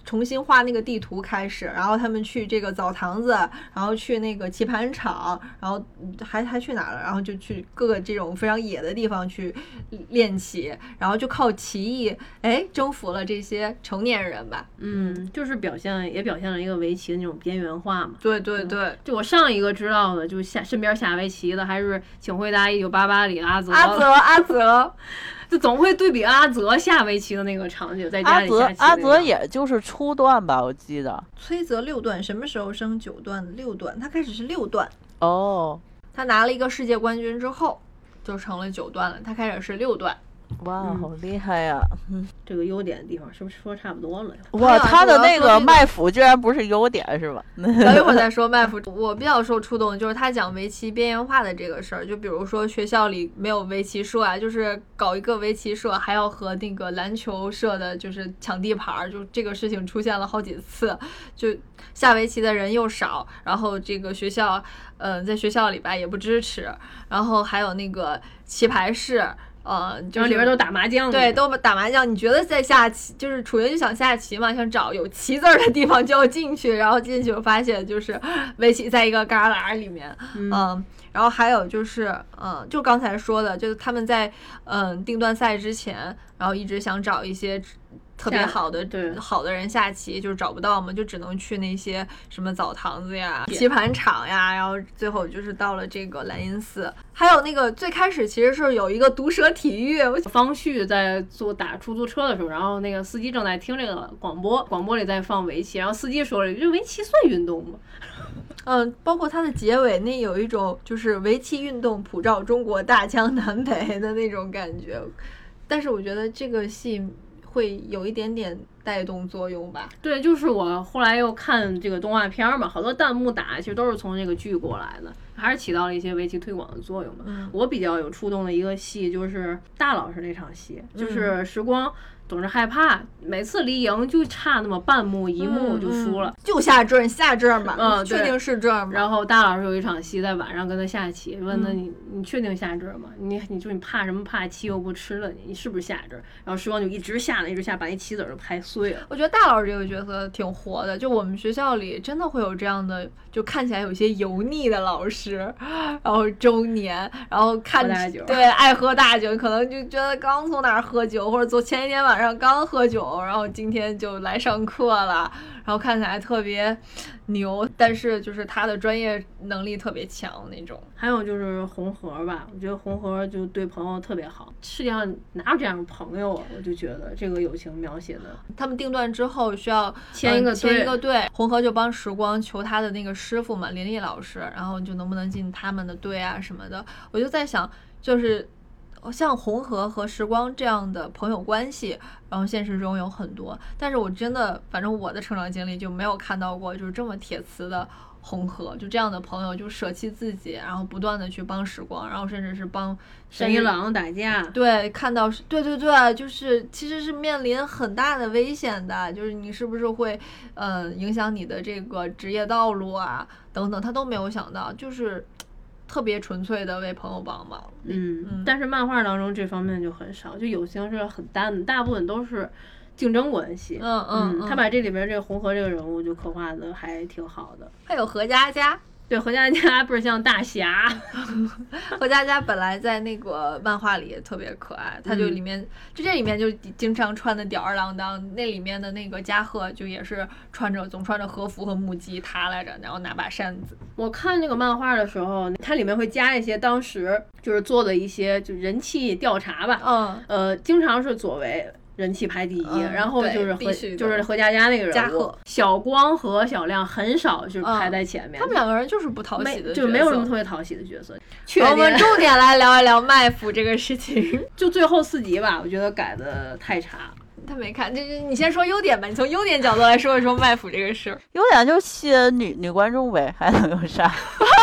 Speaker 1: 重新画那个地图开始，然后他们去这个澡堂子，然后去那个棋盘场，然后还还去哪了？然后就去各个这种非常野的地方去练棋，然后就靠棋艺，哎，征服了这些成年人吧。
Speaker 2: 嗯，就是表现也表现了一个围棋的那种边缘化嘛。
Speaker 1: 对对对，嗯、
Speaker 2: 就我上一个知道的，就下身边下围棋的还是《请回答一九八八》里阿泽。
Speaker 1: 阿泽阿泽。
Speaker 2: 就总会对比阿泽下围棋的那个场景，在家里下棋、那个。
Speaker 3: 阿泽阿泽也就是初段吧，我记得。
Speaker 1: 崔泽六段，什么时候升九段？六段，他开始是六段。
Speaker 3: 哦。
Speaker 1: 他拿了一个世界冠军之后，就成了九段了。他开始是六段。
Speaker 3: 哇，嗯、好厉害呀！
Speaker 2: 嗯，这个优点的地方是不是说差不多了？
Speaker 3: 哇，他的那个麦麸居然不是优点是吧？
Speaker 1: 等一会儿再说麦麸。我比较受触动的就是他讲围棋边缘化的这个事儿，就比如说学校里没有围棋社啊，就是搞一个围棋社还要和那个篮球社的就是抢地盘，就这个事情出现了好几次，就下围棋的人又少，然后这个学校呃在学校里吧也不支持，然后还有那个棋牌室。呃，就是
Speaker 2: 里边都打麻将，
Speaker 1: 对，都打麻将。你觉得在下棋，就是楚云就想下棋嘛，想找有棋字的地方就要进去，然后进去发现就是围棋在一个旮旯里面，嗯。嗯然后还有就是，嗯，就刚才说的，就是他们在嗯定段赛之前，然后一直想找一些特别好的好的人下棋，就是找不到嘛，就只能去那些什么澡堂子呀、棋盘场呀，然后最后就是到了这个兰因寺。还有那个最开始其实是有一个毒蛇体育，
Speaker 2: 方旭在坐打出租车的时候，然后那个司机正在听这个广播，广播里在放围棋，然后司机说了：“这围棋算运动吗？”
Speaker 1: 嗯，包括它的结尾那有一种就是围棋运动普照中国大江南北的那种感觉，但是我觉得这个戏会有一点点带动作用吧。
Speaker 2: 对，就是我后来又看这个动画片嘛，好多弹幕打其实都是从这个剧过来的，还是起到了一些围棋推广的作用嘛。
Speaker 1: 嗯、
Speaker 2: 我比较有触动的一个戏就是大老师那场戏，就是时光。总是害怕，每次离赢就差那么半目一目就输了，
Speaker 1: 嗯嗯、就下这下这嘛，
Speaker 2: 嗯，
Speaker 1: 确定是这吗？
Speaker 2: 然后大老师有一场戏在晚上跟他下棋，问他你、嗯、你确定下这吗？你你说你怕什么？怕棋又不吃了你，你是不是下这？然后时光就一直下呢，一直下，把那棋子都拍碎了。
Speaker 1: 我觉得大老师这个角色挺活的，就我们学校里真的会有这样的，就看起来有些油腻的老师，然后中年，然后看对爱喝大酒，可能就觉得刚从哪儿喝酒，或者昨前一天晚上刚喝酒，然后今天就来上课了，然后看起来特别牛，但是就是他的专业能力特别强那种。
Speaker 2: 还有就是红盒吧，我觉得红盒就对朋友特别好，世界上哪有这样的朋友啊？我就觉得这个友情描写的，
Speaker 1: 他们定段之后需要
Speaker 2: 签一个、
Speaker 1: 嗯、签一个队，红盒就帮时光求他的那个师傅嘛，林丽老师，然后就能不能进他们的队啊什么的。我就在想，就是像红盒和时光这样的朋友关系，然后现实中有很多，但是我真的反正我的成长经历就没有看到过就是这么铁磁的红盒，就这样的朋友就舍弃自己，然后不断的去帮时光，然后甚至是帮
Speaker 2: 神一郎打架。
Speaker 1: 对，看到对对对，就是其实是面临很大的危险的，就是你是不是会呃影响你的这个职业道路啊等等，他都没有想到，就是特别纯粹的为朋友帮忙。
Speaker 2: 嗯, 嗯但是漫画当中这方面就很少，就友情是很淡的，大部分都是竞争关系。
Speaker 1: 嗯嗯,
Speaker 2: 嗯他把这里边这个红盒这个人物就刻画的还挺好的。
Speaker 1: 还有何佳佳，
Speaker 2: 对，何佳佳不是像大侠。
Speaker 1: 何佳佳本来在那个漫画里也特别可爱，他就里面、嗯、就这里面就经常穿的吊儿郎当，那里面的那个嘉禾就也是穿着总穿着和服和木屐踏来着，然后拿把扇子。
Speaker 2: 我看那个漫画的时候，它里面会加一些当时就是做的一些就人气调查吧，
Speaker 1: 嗯
Speaker 2: 呃，经常是左为人气排第一、嗯、然后就是何就是何佳佳那个人物，小光和小亮很少就是排在前面、
Speaker 1: 嗯、他们两个人就是不讨喜的角色，
Speaker 2: 就没有什么特别讨喜的角色。
Speaker 1: 我们重点来聊一聊麦麸这个事情。
Speaker 2: 就最后四集吧，我觉得改的太差。
Speaker 1: 他没看，这你先说优点吧，你从优点角度来说一说麦麸这个事儿。
Speaker 3: 优点就吸引女女观众呗，还能有啥？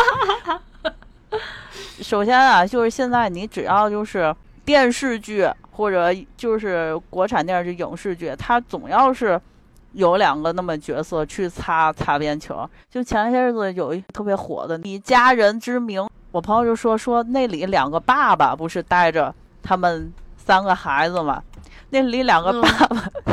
Speaker 3: 首先啊，就是现在你只要就是电视剧或者就是国产电视剧、影视剧，它总要是有两个那么角色去擦擦边球。就前些日子有一特别火的《以家人之名》，我朋友就说说那里两个爸爸不是带着他们三个孩子吗？那里两个爸爸、嗯、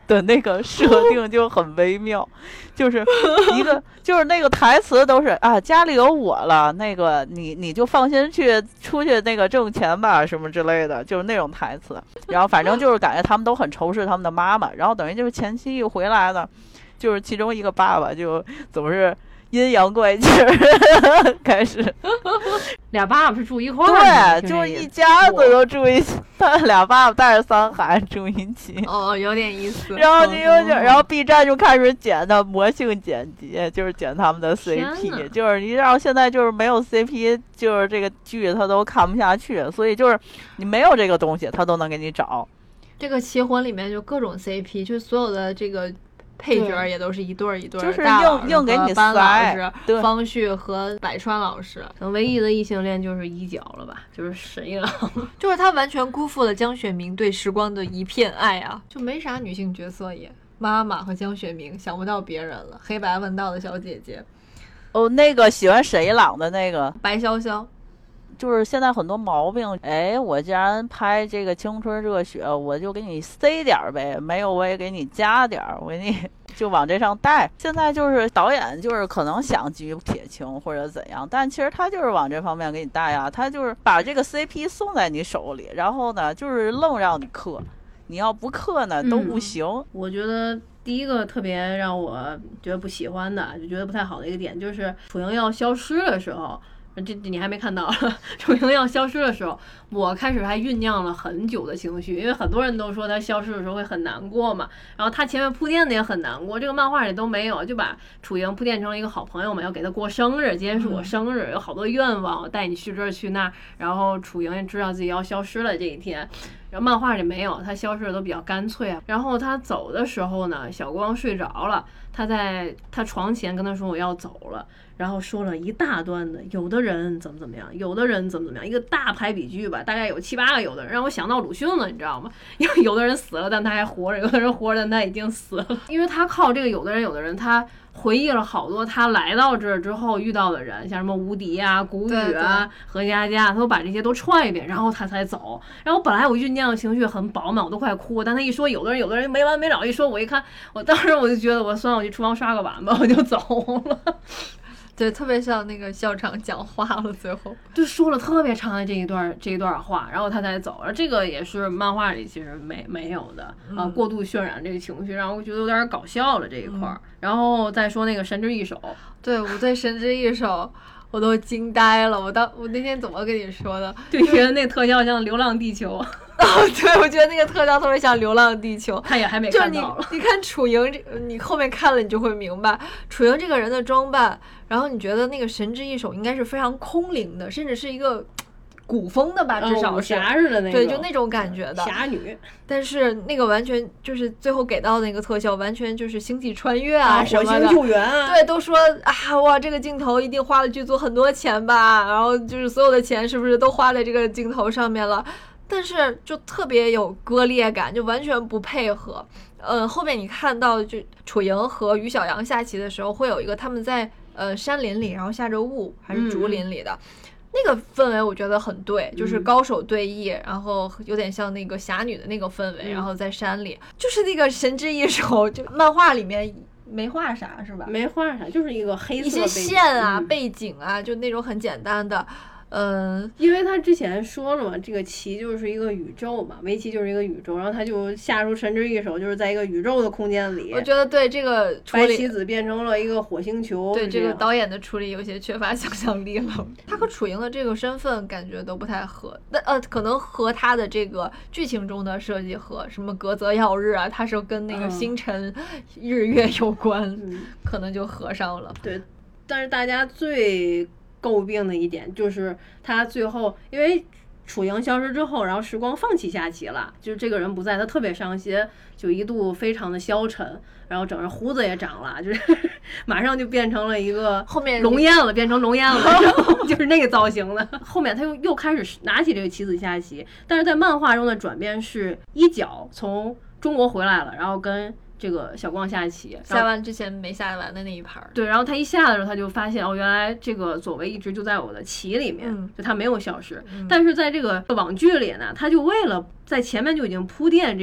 Speaker 3: 的那个设定就很微妙，就是一个就是那个台词都是啊，家里有我了，那个你你就放心去出去那个挣钱吧，什么之类的，就是那种台词。然后反正就是感觉他们都很仇视他们的妈妈，然后等于就是前期一回来呢，就是其中一个爸爸就总是阴阳怪气儿，开始
Speaker 2: 俩爸爸是住一块儿，
Speaker 3: 对，就是一家子都住一起，他俩爸爸带着三孩子住一起。
Speaker 1: 哦，有点意思。
Speaker 3: 然后就就然后 B 站就开始剪的魔性剪辑，就是剪他们的 C P， 就是你让现在就是没有 C P， 就是这个剧他都看不下去，所以就是你没有这个东西，他都能给你找。
Speaker 1: 这个奇魂里面就各种 C P， 就所有的这个配角也都是一对儿一对儿，
Speaker 3: 就是硬硬给你
Speaker 1: 班老师、
Speaker 3: 对
Speaker 1: 方旭和百川老师。
Speaker 2: 可能唯一的异性恋就是一角了吧，就是沈一郎，
Speaker 1: 就是他完全辜负了江雪明对时光的一片爱啊，就没啥女性角色也。妈妈和江雪明想不到别人了，黑白问道的小姐姐。
Speaker 3: 哦，那个喜欢沈一郎的那个
Speaker 1: 白潇潇。
Speaker 3: 就是现在很多毛病，哎，我既然拍这个青春热血，我就给你塞点儿呗，没有我也给你加点儿，我给你就往这上带。现在就是导演就是可能想举铁青或者怎样，但其实他就是往这方面给你带啊，他就是把这个 C P 送在你手里，然后呢就是愣让你磕，你要不磕呢都不行。
Speaker 2: 嗯、我觉得第一个特别让我觉得不喜欢的，就觉得不太好的一个点，就是楚莹要消失的时候。这这你还没看到楚莹要消失的时候，我开始还酝酿了很久的情绪，因为很多人都说他消失的时候会很难过嘛，然后他前面铺垫的也很难过，这个漫画里都没有，就把楚莹铺垫成了一个好朋友嘛，要给他过生日，今天是我生日，有好多愿望，我带你去这儿去那儿，然后楚莹也知道自己要消失了这一天。然后漫画里没有，他消失的都比较干脆啊。然后他走的时候呢，小光睡着了，他在他床前跟他说我要走了，然后说了一大段的有的人怎么怎么样，有的人怎么怎么样，一个大排比句吧，大概有七八个有的人，让我想到鲁迅了，你知道吗？因为有的人死了，但他还活着；有的人活着，但他已经死了。因为他靠这个有的人有的人，他回忆了好多他来到这儿之后遇到的人，像什么吴迪啊、谷雨啊、何佳佳，他都把这些都串一遍，然后他才走。然后本来我酝酿的情绪很饱满，我都快哭，但他一说有的人有的人没完没了，一说我一看，我当时我就觉得我算了，我去厨房刷个碗吧，我就走了。
Speaker 1: 对，特别像那个校长讲话了，最后
Speaker 2: 就说了特别长的这一段这一段话，然后他才走。而这个也是漫画里其实没没有的啊、呃，过度渲染这个情绪，让我觉得有点搞笑了这一块儿。嗯、然后再说那个神之一手，
Speaker 1: 对我对神之一手我都惊呆了。我当我那天怎么跟你说的？
Speaker 2: 就觉得那特效像《流浪地球》。
Speaker 1: 哦，对，我觉得那个特效特别像《流浪地球》，
Speaker 2: 他也还没看到
Speaker 1: 了。你你看楚莹这，你后面看了你就会明白，楚莹这个人的装扮，然后你觉得那个神之一手应该是非常空灵的，甚至是一个古风的吧，至少是、
Speaker 2: 哦、侠似的那种，
Speaker 1: 对，就那种感觉的
Speaker 2: 侠女。
Speaker 1: 但是那个完全就是最后给到那个特效，完全就是星际穿越啊什么的，
Speaker 2: 火星救援啊，
Speaker 1: 对，都说啊哇，这个镜头一定花了剧组很多钱吧，然后就是所有的钱是不是都花在这个镜头上面了？但是就特别有割裂感，就完全不配合。呃，后面你看到就楚莹和于小阳下棋的时候，会有一个他们在呃山林里，然后下着雾，还是竹林里的、嗯、那个氛围，我觉得很对，就是高手对弈，然后有点像那个侠女的那个氛围，
Speaker 2: 嗯、
Speaker 1: 然后在山里，就是那个神之一手，就漫画里面没画啥是吧？
Speaker 2: 没画啥，就是一个黑色
Speaker 1: 一些线啊、嗯、背景啊，就那种很简单的。嗯，
Speaker 2: 因为他之前说了嘛，这个棋就是一个宇宙嘛，围棋就是一个宇宙，然后他就下出神之一手，就是在一个宇宙的空间里。
Speaker 1: 我觉得对这个处理，
Speaker 2: 白棋子变成了一个火星球。
Speaker 1: 对这个导演的处理有些缺乏想象力了。他和楚莹的这个身份感觉都不太合，那呃，可能和他的这个剧情中的设计和什么隔泽耀日啊，他是跟那个星辰、日月有关，
Speaker 2: 嗯、
Speaker 1: 可能就合上了。
Speaker 2: 对，但是大家最诟病的一点就是他最后因为楚莹消失之后，然后时光放弃下棋了，就是这个人不在，他特别伤心，就一度非常的消沉，然后整个胡子也长了，就是马上就变成了一个
Speaker 1: 后面
Speaker 2: 龙焰了，变成龙焰了，就是那个造型的。后面他又又开始拿起这个棋子下棋，但是在漫画中的转变是一角从中国回来了，然后跟这个小光下棋，
Speaker 1: 下完之前没下完的那一盘，
Speaker 2: 对，然后他一下的时候，他就发现哦，原来这个左为一直就在我的棋里面，
Speaker 1: 嗯、
Speaker 2: 就他没有消失。
Speaker 1: 嗯、
Speaker 2: 但是在这个网剧里呢，他就为了在前面就已经铺垫这个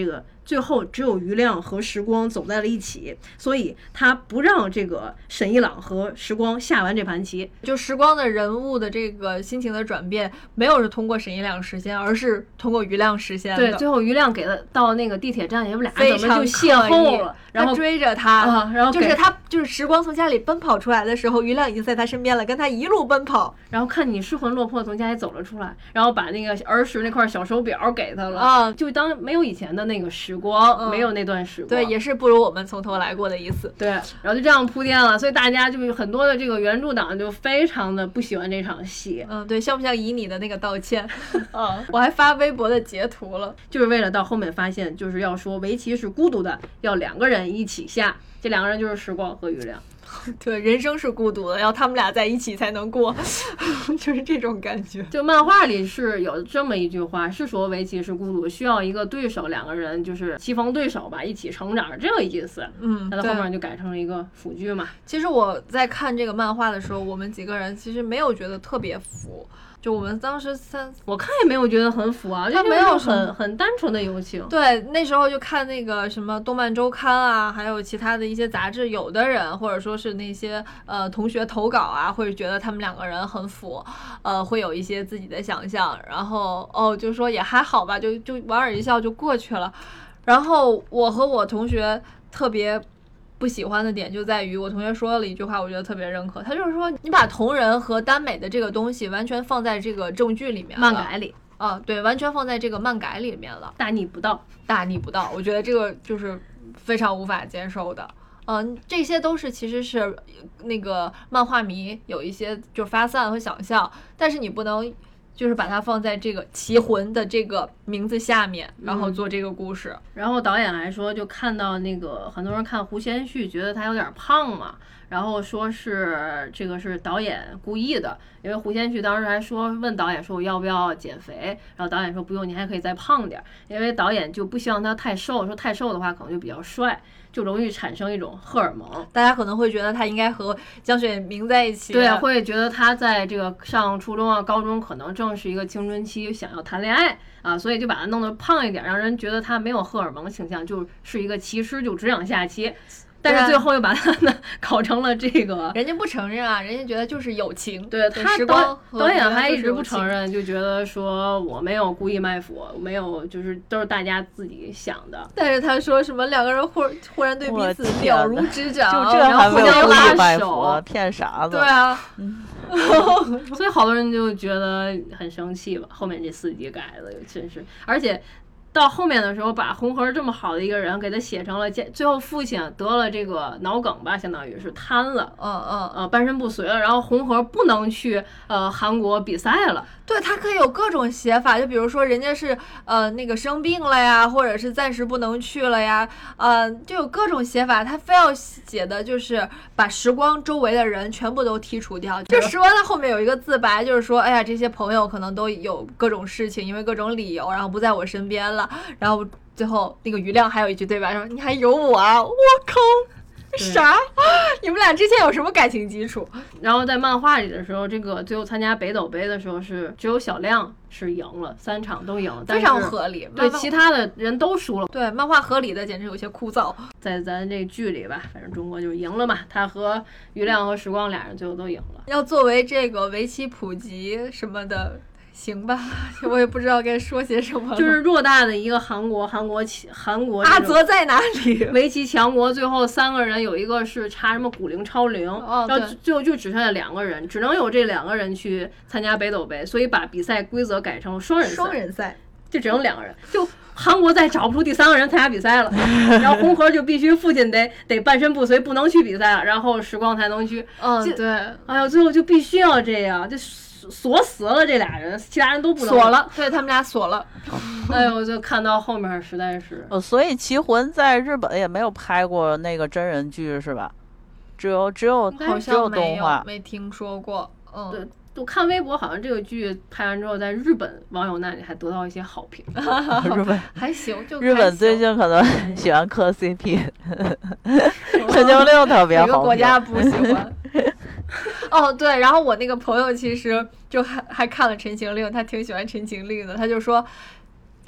Speaker 2: 最后只有余亮和时光走在了一起，所以他不让这个沈一朗和时光下完这盘棋。
Speaker 1: 就时光的人物的这个心情的转变，没有是通过沈一亮实现，而是通过余亮实现的。
Speaker 2: 对，最后余亮给他到那个地铁站，他们俩怎么就邂逅了，然后
Speaker 1: 他追着他，
Speaker 2: 啊、然后
Speaker 1: 就是他就是时光从家里奔跑出来的时候，余亮已经在他身边了，跟他一路奔跑，
Speaker 2: 然后看你失魂落魄从家里走了出来，然后把那个儿时那块小手表给他了，
Speaker 1: 啊，
Speaker 2: 就当没有以前的那个时光，
Speaker 1: 嗯、
Speaker 2: 没有那段时光，
Speaker 1: 对，也是不如我们从头来过的意思。
Speaker 2: 对，然后就这样铺垫了，所以大家就是很多的这个原著党就非常的不喜欢这场戏。
Speaker 1: 嗯，对，像不像以你的那个道歉？嗯，我还发微博的截图了，
Speaker 2: 就是为了到后面发现，就是要说围棋是孤独的，要两个人一起下，这两个人就是时光和余亮。
Speaker 1: 对，人生是孤独的，要他们俩在一起才能过，就是这种感觉。
Speaker 2: 就漫画里是有这么一句话，是说围棋是孤独，需要一个对手，两个人就是棋逢对手吧，一起成长，这个意思。
Speaker 1: 嗯，
Speaker 2: 那后面就改成了一个腐剧嘛。
Speaker 1: 其实我在看这个漫画的时候，我们几个人其实没有觉得特别腐。就我们当时三，
Speaker 2: 我看也没有觉得很腐啊，
Speaker 1: 他没有
Speaker 2: 很很单纯的友情。
Speaker 1: 对，那时候就看那个什么动漫周刊啊，还有其他的一些杂志，有的人或者说是那些呃同学投稿啊，会觉得他们两个人很腐，呃，会有一些自己的想象，然后哦就说也还好吧，就就莞尔一笑就过去了。然后我和我同学特别不喜欢的点就在于，我同学说了一句话，我觉得特别认可。他就是说，你把同人和耽美的这个东西完全放在这个正剧里面了，
Speaker 2: 漫改里
Speaker 1: 啊，对，完全放在这个漫改里面了，
Speaker 2: 大逆不道，
Speaker 1: 大逆不道。我觉得这个就是非常无法接受的。嗯，这些都是其实是那个漫画迷有一些就发散和想象，但是你不能就是把它放在这个棋魂的这个名字下面，然后做这个故事。
Speaker 2: 嗯、然后导演来说，就看到那个很多人看胡先煦觉得他有点胖嘛，然后说是这个是导演故意的，因为胡先煦当时还说问导演说我要不要减肥，然后导演说不用，你还可以再胖点，因为导演就不希望他太瘦，说太瘦的话可能就比较帅，就容易产生一种荷尔蒙，
Speaker 1: 大家可能会觉得他应该和江雪明在一起，
Speaker 2: 对，会觉得他在这个上初中啊、高中可能正是一个青春期，想要谈恋爱啊，所以就把他弄得胖一点，让人觉得他没有荷尔蒙倾向，就是一个棋师，就只想下棋。但是最后又把他呢搞成了这个，
Speaker 1: 人家不承认啊，人家觉得就是友情。
Speaker 2: 对，他导导演还一直不承认，就觉得说我没有故意卖腐，我没有，就是都是大家自己想的。
Speaker 1: 但是他说什么两个人忽忽然对彼此了如指掌，
Speaker 3: 就这还没有故意卖腐，骗啥子？
Speaker 1: 对啊，
Speaker 3: 嗯
Speaker 2: 所以好多人就觉得很生气吧。后面这四集改的真是，而且。到后面的时候，把红河这么好的一个人给他写成了，最后父亲得了这个脑梗吧，相当于是瘫了，
Speaker 1: 嗯嗯
Speaker 2: 呃，半身不遂了，然后红河不能去呃韩国比赛了。
Speaker 1: 对，他可以有各种写法，就比如说人家是呃那个生病了呀，或者是暂时不能去了呀，呃，就有各种写法。他非要写的就是把时光周围的人全部都剔除掉。就时光他后面有一个自白，就是说，哎呀，这些朋友可能都有各种事情，因为各种理由，然后不在我身边了。然后最后那个余亮还有一句对白说：“你还有我啊！”我靠！啥？你们俩之前有什么感情基础？
Speaker 2: 然后在漫画里的时候，这个最后参加北斗杯的时候是只有小亮是赢了，三场都赢了，
Speaker 1: 非常合理。
Speaker 2: 对，其他的人都输了。
Speaker 1: 对，漫画合理的简直有些枯燥。
Speaker 2: 在咱这剧里吧，反正中国就赢了嘛，他和余亮和时光俩人最后都赢了。
Speaker 1: 要作为这个围棋普及什么的。行吧，我也不知道该说些什么了。
Speaker 2: 就是偌大的一个韩国，韩国韩国
Speaker 1: 阿泽在哪里？
Speaker 2: 围棋强国，最后三个人有一个是差什么古灵超灵，
Speaker 1: 哦、
Speaker 2: 然后最后就只剩下两个人，只能有这两个人去参加北斗杯，所以把比赛规则改成双人赛。
Speaker 1: 双人赛
Speaker 2: 就只有两个人，就韩国再找不出第三个人参加比赛了，然后红河就必须父亲得得半身不遂，不能去比赛了，然后时光才能去。
Speaker 1: 嗯，对。
Speaker 2: 哎呦，最后就必须要这样，就。锁死了这俩人，其他人都不能
Speaker 1: 锁了，对他们俩锁了。
Speaker 2: 哎呦，就看到后面实在是，
Speaker 3: 哦，所以《棋魂》在日本也没有拍过那个真人剧是吧？只有只有
Speaker 1: 好
Speaker 3: 只有动画，
Speaker 1: 没听说过。嗯，
Speaker 2: 对，我看微博好像这个剧拍完之后，在日本网友那里还得到一些好评。
Speaker 3: 日本
Speaker 1: 还行，就
Speaker 3: 日本最近可能喜欢磕 C P， 陈情令特别好，
Speaker 1: 哪个国家不喜欢？哦，对，然后我那个朋友其实就还还看了《陈情令》，他挺喜欢《陈情令》的，他就说。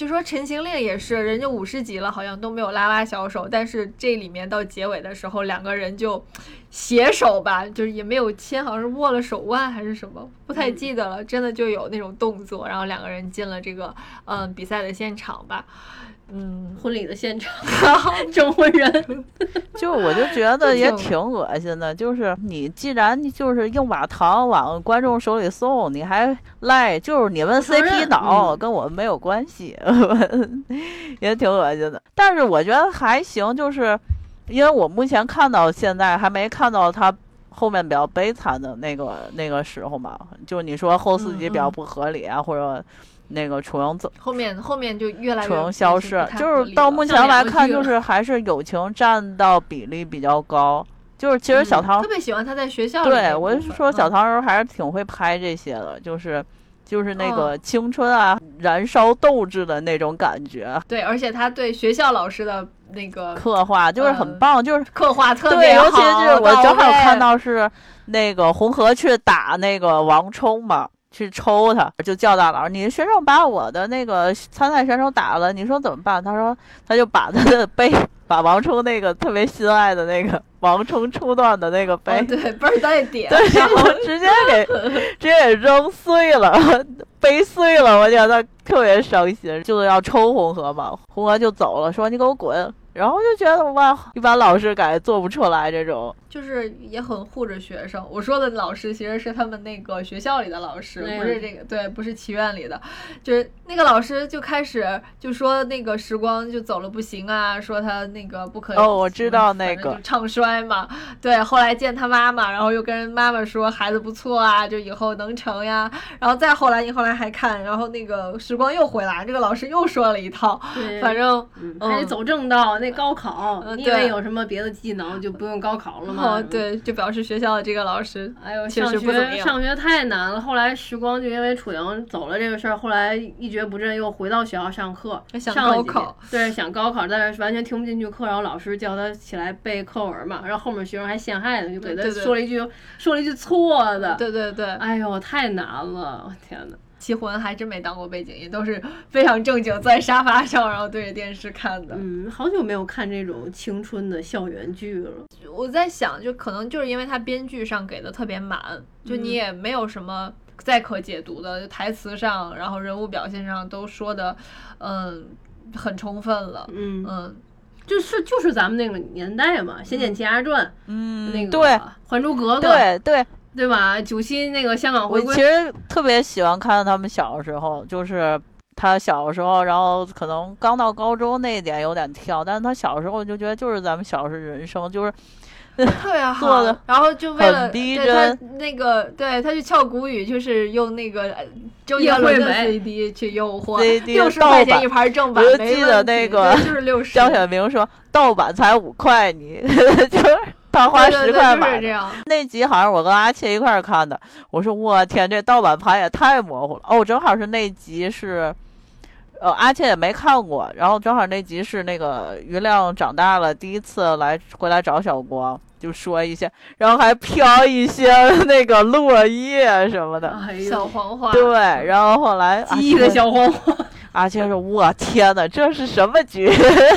Speaker 1: 就说《陈情令》也是，人家五十集了，好像都没有拉拉小手，但是这里面到结尾的时候，两个人就携手吧，就是也没有牵，好像是握了手腕还是什么，不太记得了。嗯、真的就有那种动作，然后两个人进了这个嗯、呃、比赛的现场吧。嗯，
Speaker 2: 婚礼的现场，证婚人，
Speaker 3: 就我就觉得也挺恶心的。就是你既然你就是硬把糖往观众手里送，你还赖，就是你们 C P 脑、嗯、跟我们没有关系，也挺恶心的。但是我觉得还行，就是因为我目前看到现在还没看到他后面比较悲惨的那个那个时候嘛，就是你说后四集比较不合理啊，嗯嗯或者。那个楚莹走，
Speaker 1: 后面后面就越来越
Speaker 3: 楚莹消失，就是到目前来看，就是还是友情占到比例比较高。就是其实小唐、
Speaker 1: 嗯、特别喜欢他在学校里，
Speaker 3: 对我是说小唐人还是挺会拍这些的，嗯、就是就是那个青春啊、哦、燃烧斗志的那种感觉。
Speaker 1: 对，而且他对学校老师的那个
Speaker 3: 刻画就是很棒，呃、就是
Speaker 1: 刻画特别好。
Speaker 3: 对，尤其是我正好看到是那个红河去打那个王冲嘛。去抽他，就叫大佬，你学生把我的那个参赛选手打了，你说怎么办？他说他就把他的杯，把王冲那个特别心爱的那个王冲初段的那个杯，
Speaker 1: 哦、对，倍儿带点，
Speaker 3: 对，然后直接给直接给扔碎了，杯碎了，我觉得特别伤心，就是要抽红河嘛，红河就走了，说你给我滚。然后就觉得哇，一般老师感觉做不出来这种，
Speaker 1: 就是也很护着学生。我说的老师其实是他们那个学校里的老师，不是这个，对，不是祈愿里的。就是那个老师就开始就说那个时光就走了不行啊，说他那个不可以。
Speaker 3: 哦，我知道那个
Speaker 1: 唱衰嘛，对。后来见他妈妈，然后又跟妈妈说孩子不错啊，就以后能成呀。然后再后来，你后来还看，然后那个时光又回来，这个老师又说了一套，反正、
Speaker 2: 嗯、还得走正道。那高考，嗯、你以为有什么别的技能就不用高考了吗？
Speaker 1: 哦，对，就表示学校的这个老师，
Speaker 2: 哎呦，
Speaker 1: 确实不怎么样。
Speaker 2: 上学太难了。后来时光就因为楚莹走了这个事儿，后来一蹶不振，又回到学校上课，
Speaker 1: 想高考，
Speaker 2: 对，想高考，但是完全听不进去课，然后老师叫他起来背课文嘛，然后后面学生还陷害他，就给他说了一句，
Speaker 1: 对对
Speaker 2: 说了一句错的，
Speaker 1: 对对对，
Speaker 2: 哎呦，太难了，我天哪！
Speaker 1: 棋魂还真没当过背景音，都是非常正经在沙发上然后对着电视看的。
Speaker 2: 嗯，好久没有看这种青春的校园剧了。
Speaker 1: 我在想就可能就是因为它编剧上给的特别满，就你也没有什么再可解读的，就台词上然后人物表现上都说的嗯很充分了。
Speaker 2: 嗯
Speaker 1: 嗯，
Speaker 2: 就是就是咱们那个年代嘛，《仙剑奇侠传》
Speaker 3: 嗯，
Speaker 2: 那个
Speaker 3: 对，《
Speaker 2: 还珠格格》
Speaker 3: 对对
Speaker 2: 对吧？九七那个香港回归，
Speaker 3: 我其实特别喜欢看他们小时候，就是他小时候，然后可能刚到高中那一点有点跳，但是他小时候就觉得就是咱们小时候人生，就是
Speaker 1: 特别好
Speaker 3: 做的，
Speaker 1: 然后就为了
Speaker 3: 逼
Speaker 1: 对他那个对他去翘古语，就是用那个周杰伦的 C D 去诱惑，六十块钱一盘正版，
Speaker 3: 我就记得那个
Speaker 1: 就是六十。
Speaker 3: 张晓明说盗版才五块，你就是。他花十块买的，那集好像我跟阿切一块儿看的。我说我天，这盗版盘也太模糊了。哦，正好是那集是，呃，阿切也没看过。然后正好那集是那个于亮长大了，第一次来回来找小光，就说一些，然后还飘一些那个落叶什么的，
Speaker 1: 哎、小黄花。
Speaker 3: 对，然后后来
Speaker 2: 记忆的小黄花。
Speaker 3: 阿切说：“我天哪，这是什么局？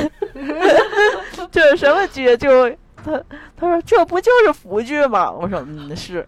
Speaker 3: 这是什么局？就。”他他说这不就是腐剧吗？我说嗯是。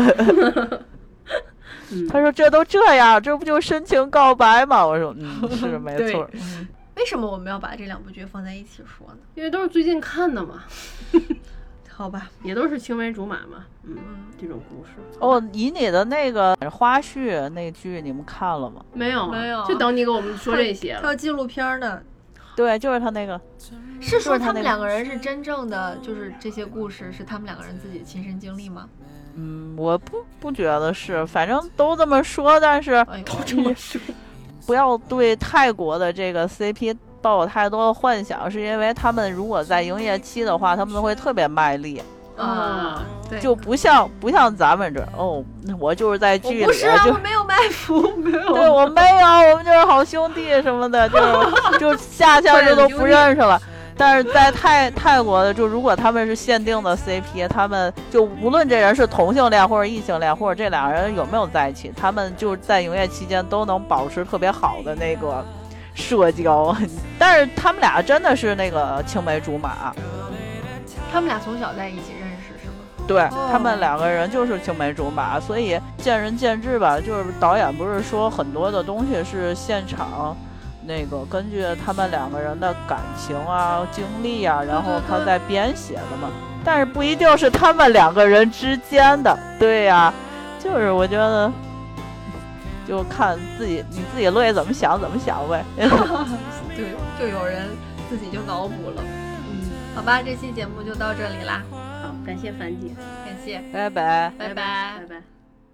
Speaker 3: 他说这都这样，这不就深情告白吗？我说嗯是没错。嗯，
Speaker 1: 为什么我们要把这两部剧放在一起说呢？
Speaker 2: 因为都是最近看的嘛。
Speaker 1: 好吧，
Speaker 2: 也都是青梅竹马嘛。嗯，这种故事。
Speaker 3: 哦，以你的那个花絮那剧你们看了吗？
Speaker 2: 没有
Speaker 1: 没有，
Speaker 2: 就等你给我们说这些了。
Speaker 1: 还有纪录片呢。
Speaker 3: 对，就是他那个，
Speaker 1: 是说他们两个人是真正的，就是这些故事是他们两个人自己亲身经历吗？
Speaker 3: 嗯，我不不觉得是，反正都这么说，但是、
Speaker 1: 哎、
Speaker 2: 都这么说，
Speaker 3: 不要对泰国的这个 C P 抱有太多的幻想，是因为他们如果在营业期的话，他们会特别卖力。
Speaker 1: 啊，对，
Speaker 3: 就不像不像咱们这哦，我就是在剧里，
Speaker 1: 不是啊，
Speaker 3: 就
Speaker 1: 我没有卖腐，没有，
Speaker 3: 对我没有，我们就是好兄弟什么的，就就下下就都不认识了。但是在泰泰国的，就如果他们是限定的 C P， 他们就无论这人是同性恋或者异性恋，或者这俩人有没有在一起，他们就在营业期间都能保持特别好的那个社交。但是他们俩真的是那个青梅竹马，
Speaker 1: 他们俩从小在一起认识是吗？
Speaker 3: 对、
Speaker 1: 哦、
Speaker 3: 他们两个人就是青梅竹马，所以见仁见智吧。就是导演不是说很多的东西是现场那个根据他们两个人的感情啊经历啊，然后他在编写的嘛，但是不一定是他们两个人之间的。对呀、啊，就是我觉得就看自己你自己乐意怎么想怎么想呗。
Speaker 1: 对，就有人自己就脑补了。嗯，好吧，这期节目就到这里啦。
Speaker 2: 好，感谢樊姐，
Speaker 1: 感谢，
Speaker 3: 拜拜，
Speaker 1: 拜拜，
Speaker 2: 拜拜。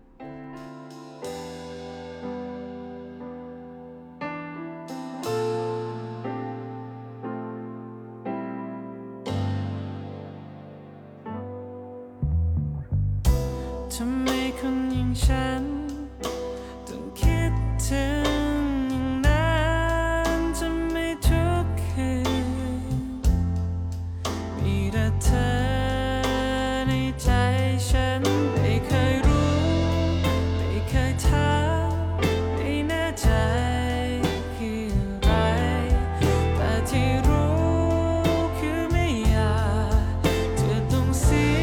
Speaker 4: ทำไมคนอย่างฉันต้องคิดถึงอย่างนั้นจะไม่ทุกคืนมีแต่เธอในใจฉันไม่เคยรู้ไม่เคยถามไม่แน่ใจคืออะไรแต่ที่รู้คือไม่อยากจะต้องเสีย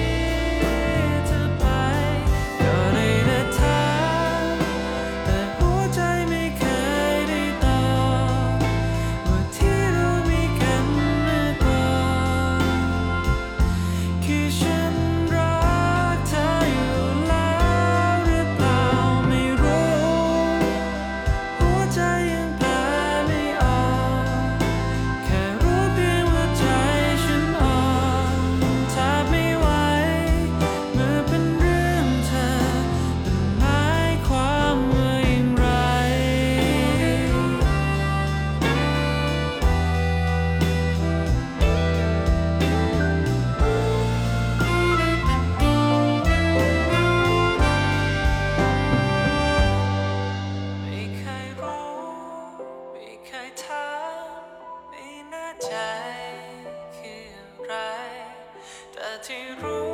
Speaker 4: ใจคืออะไรแต่ที่รู้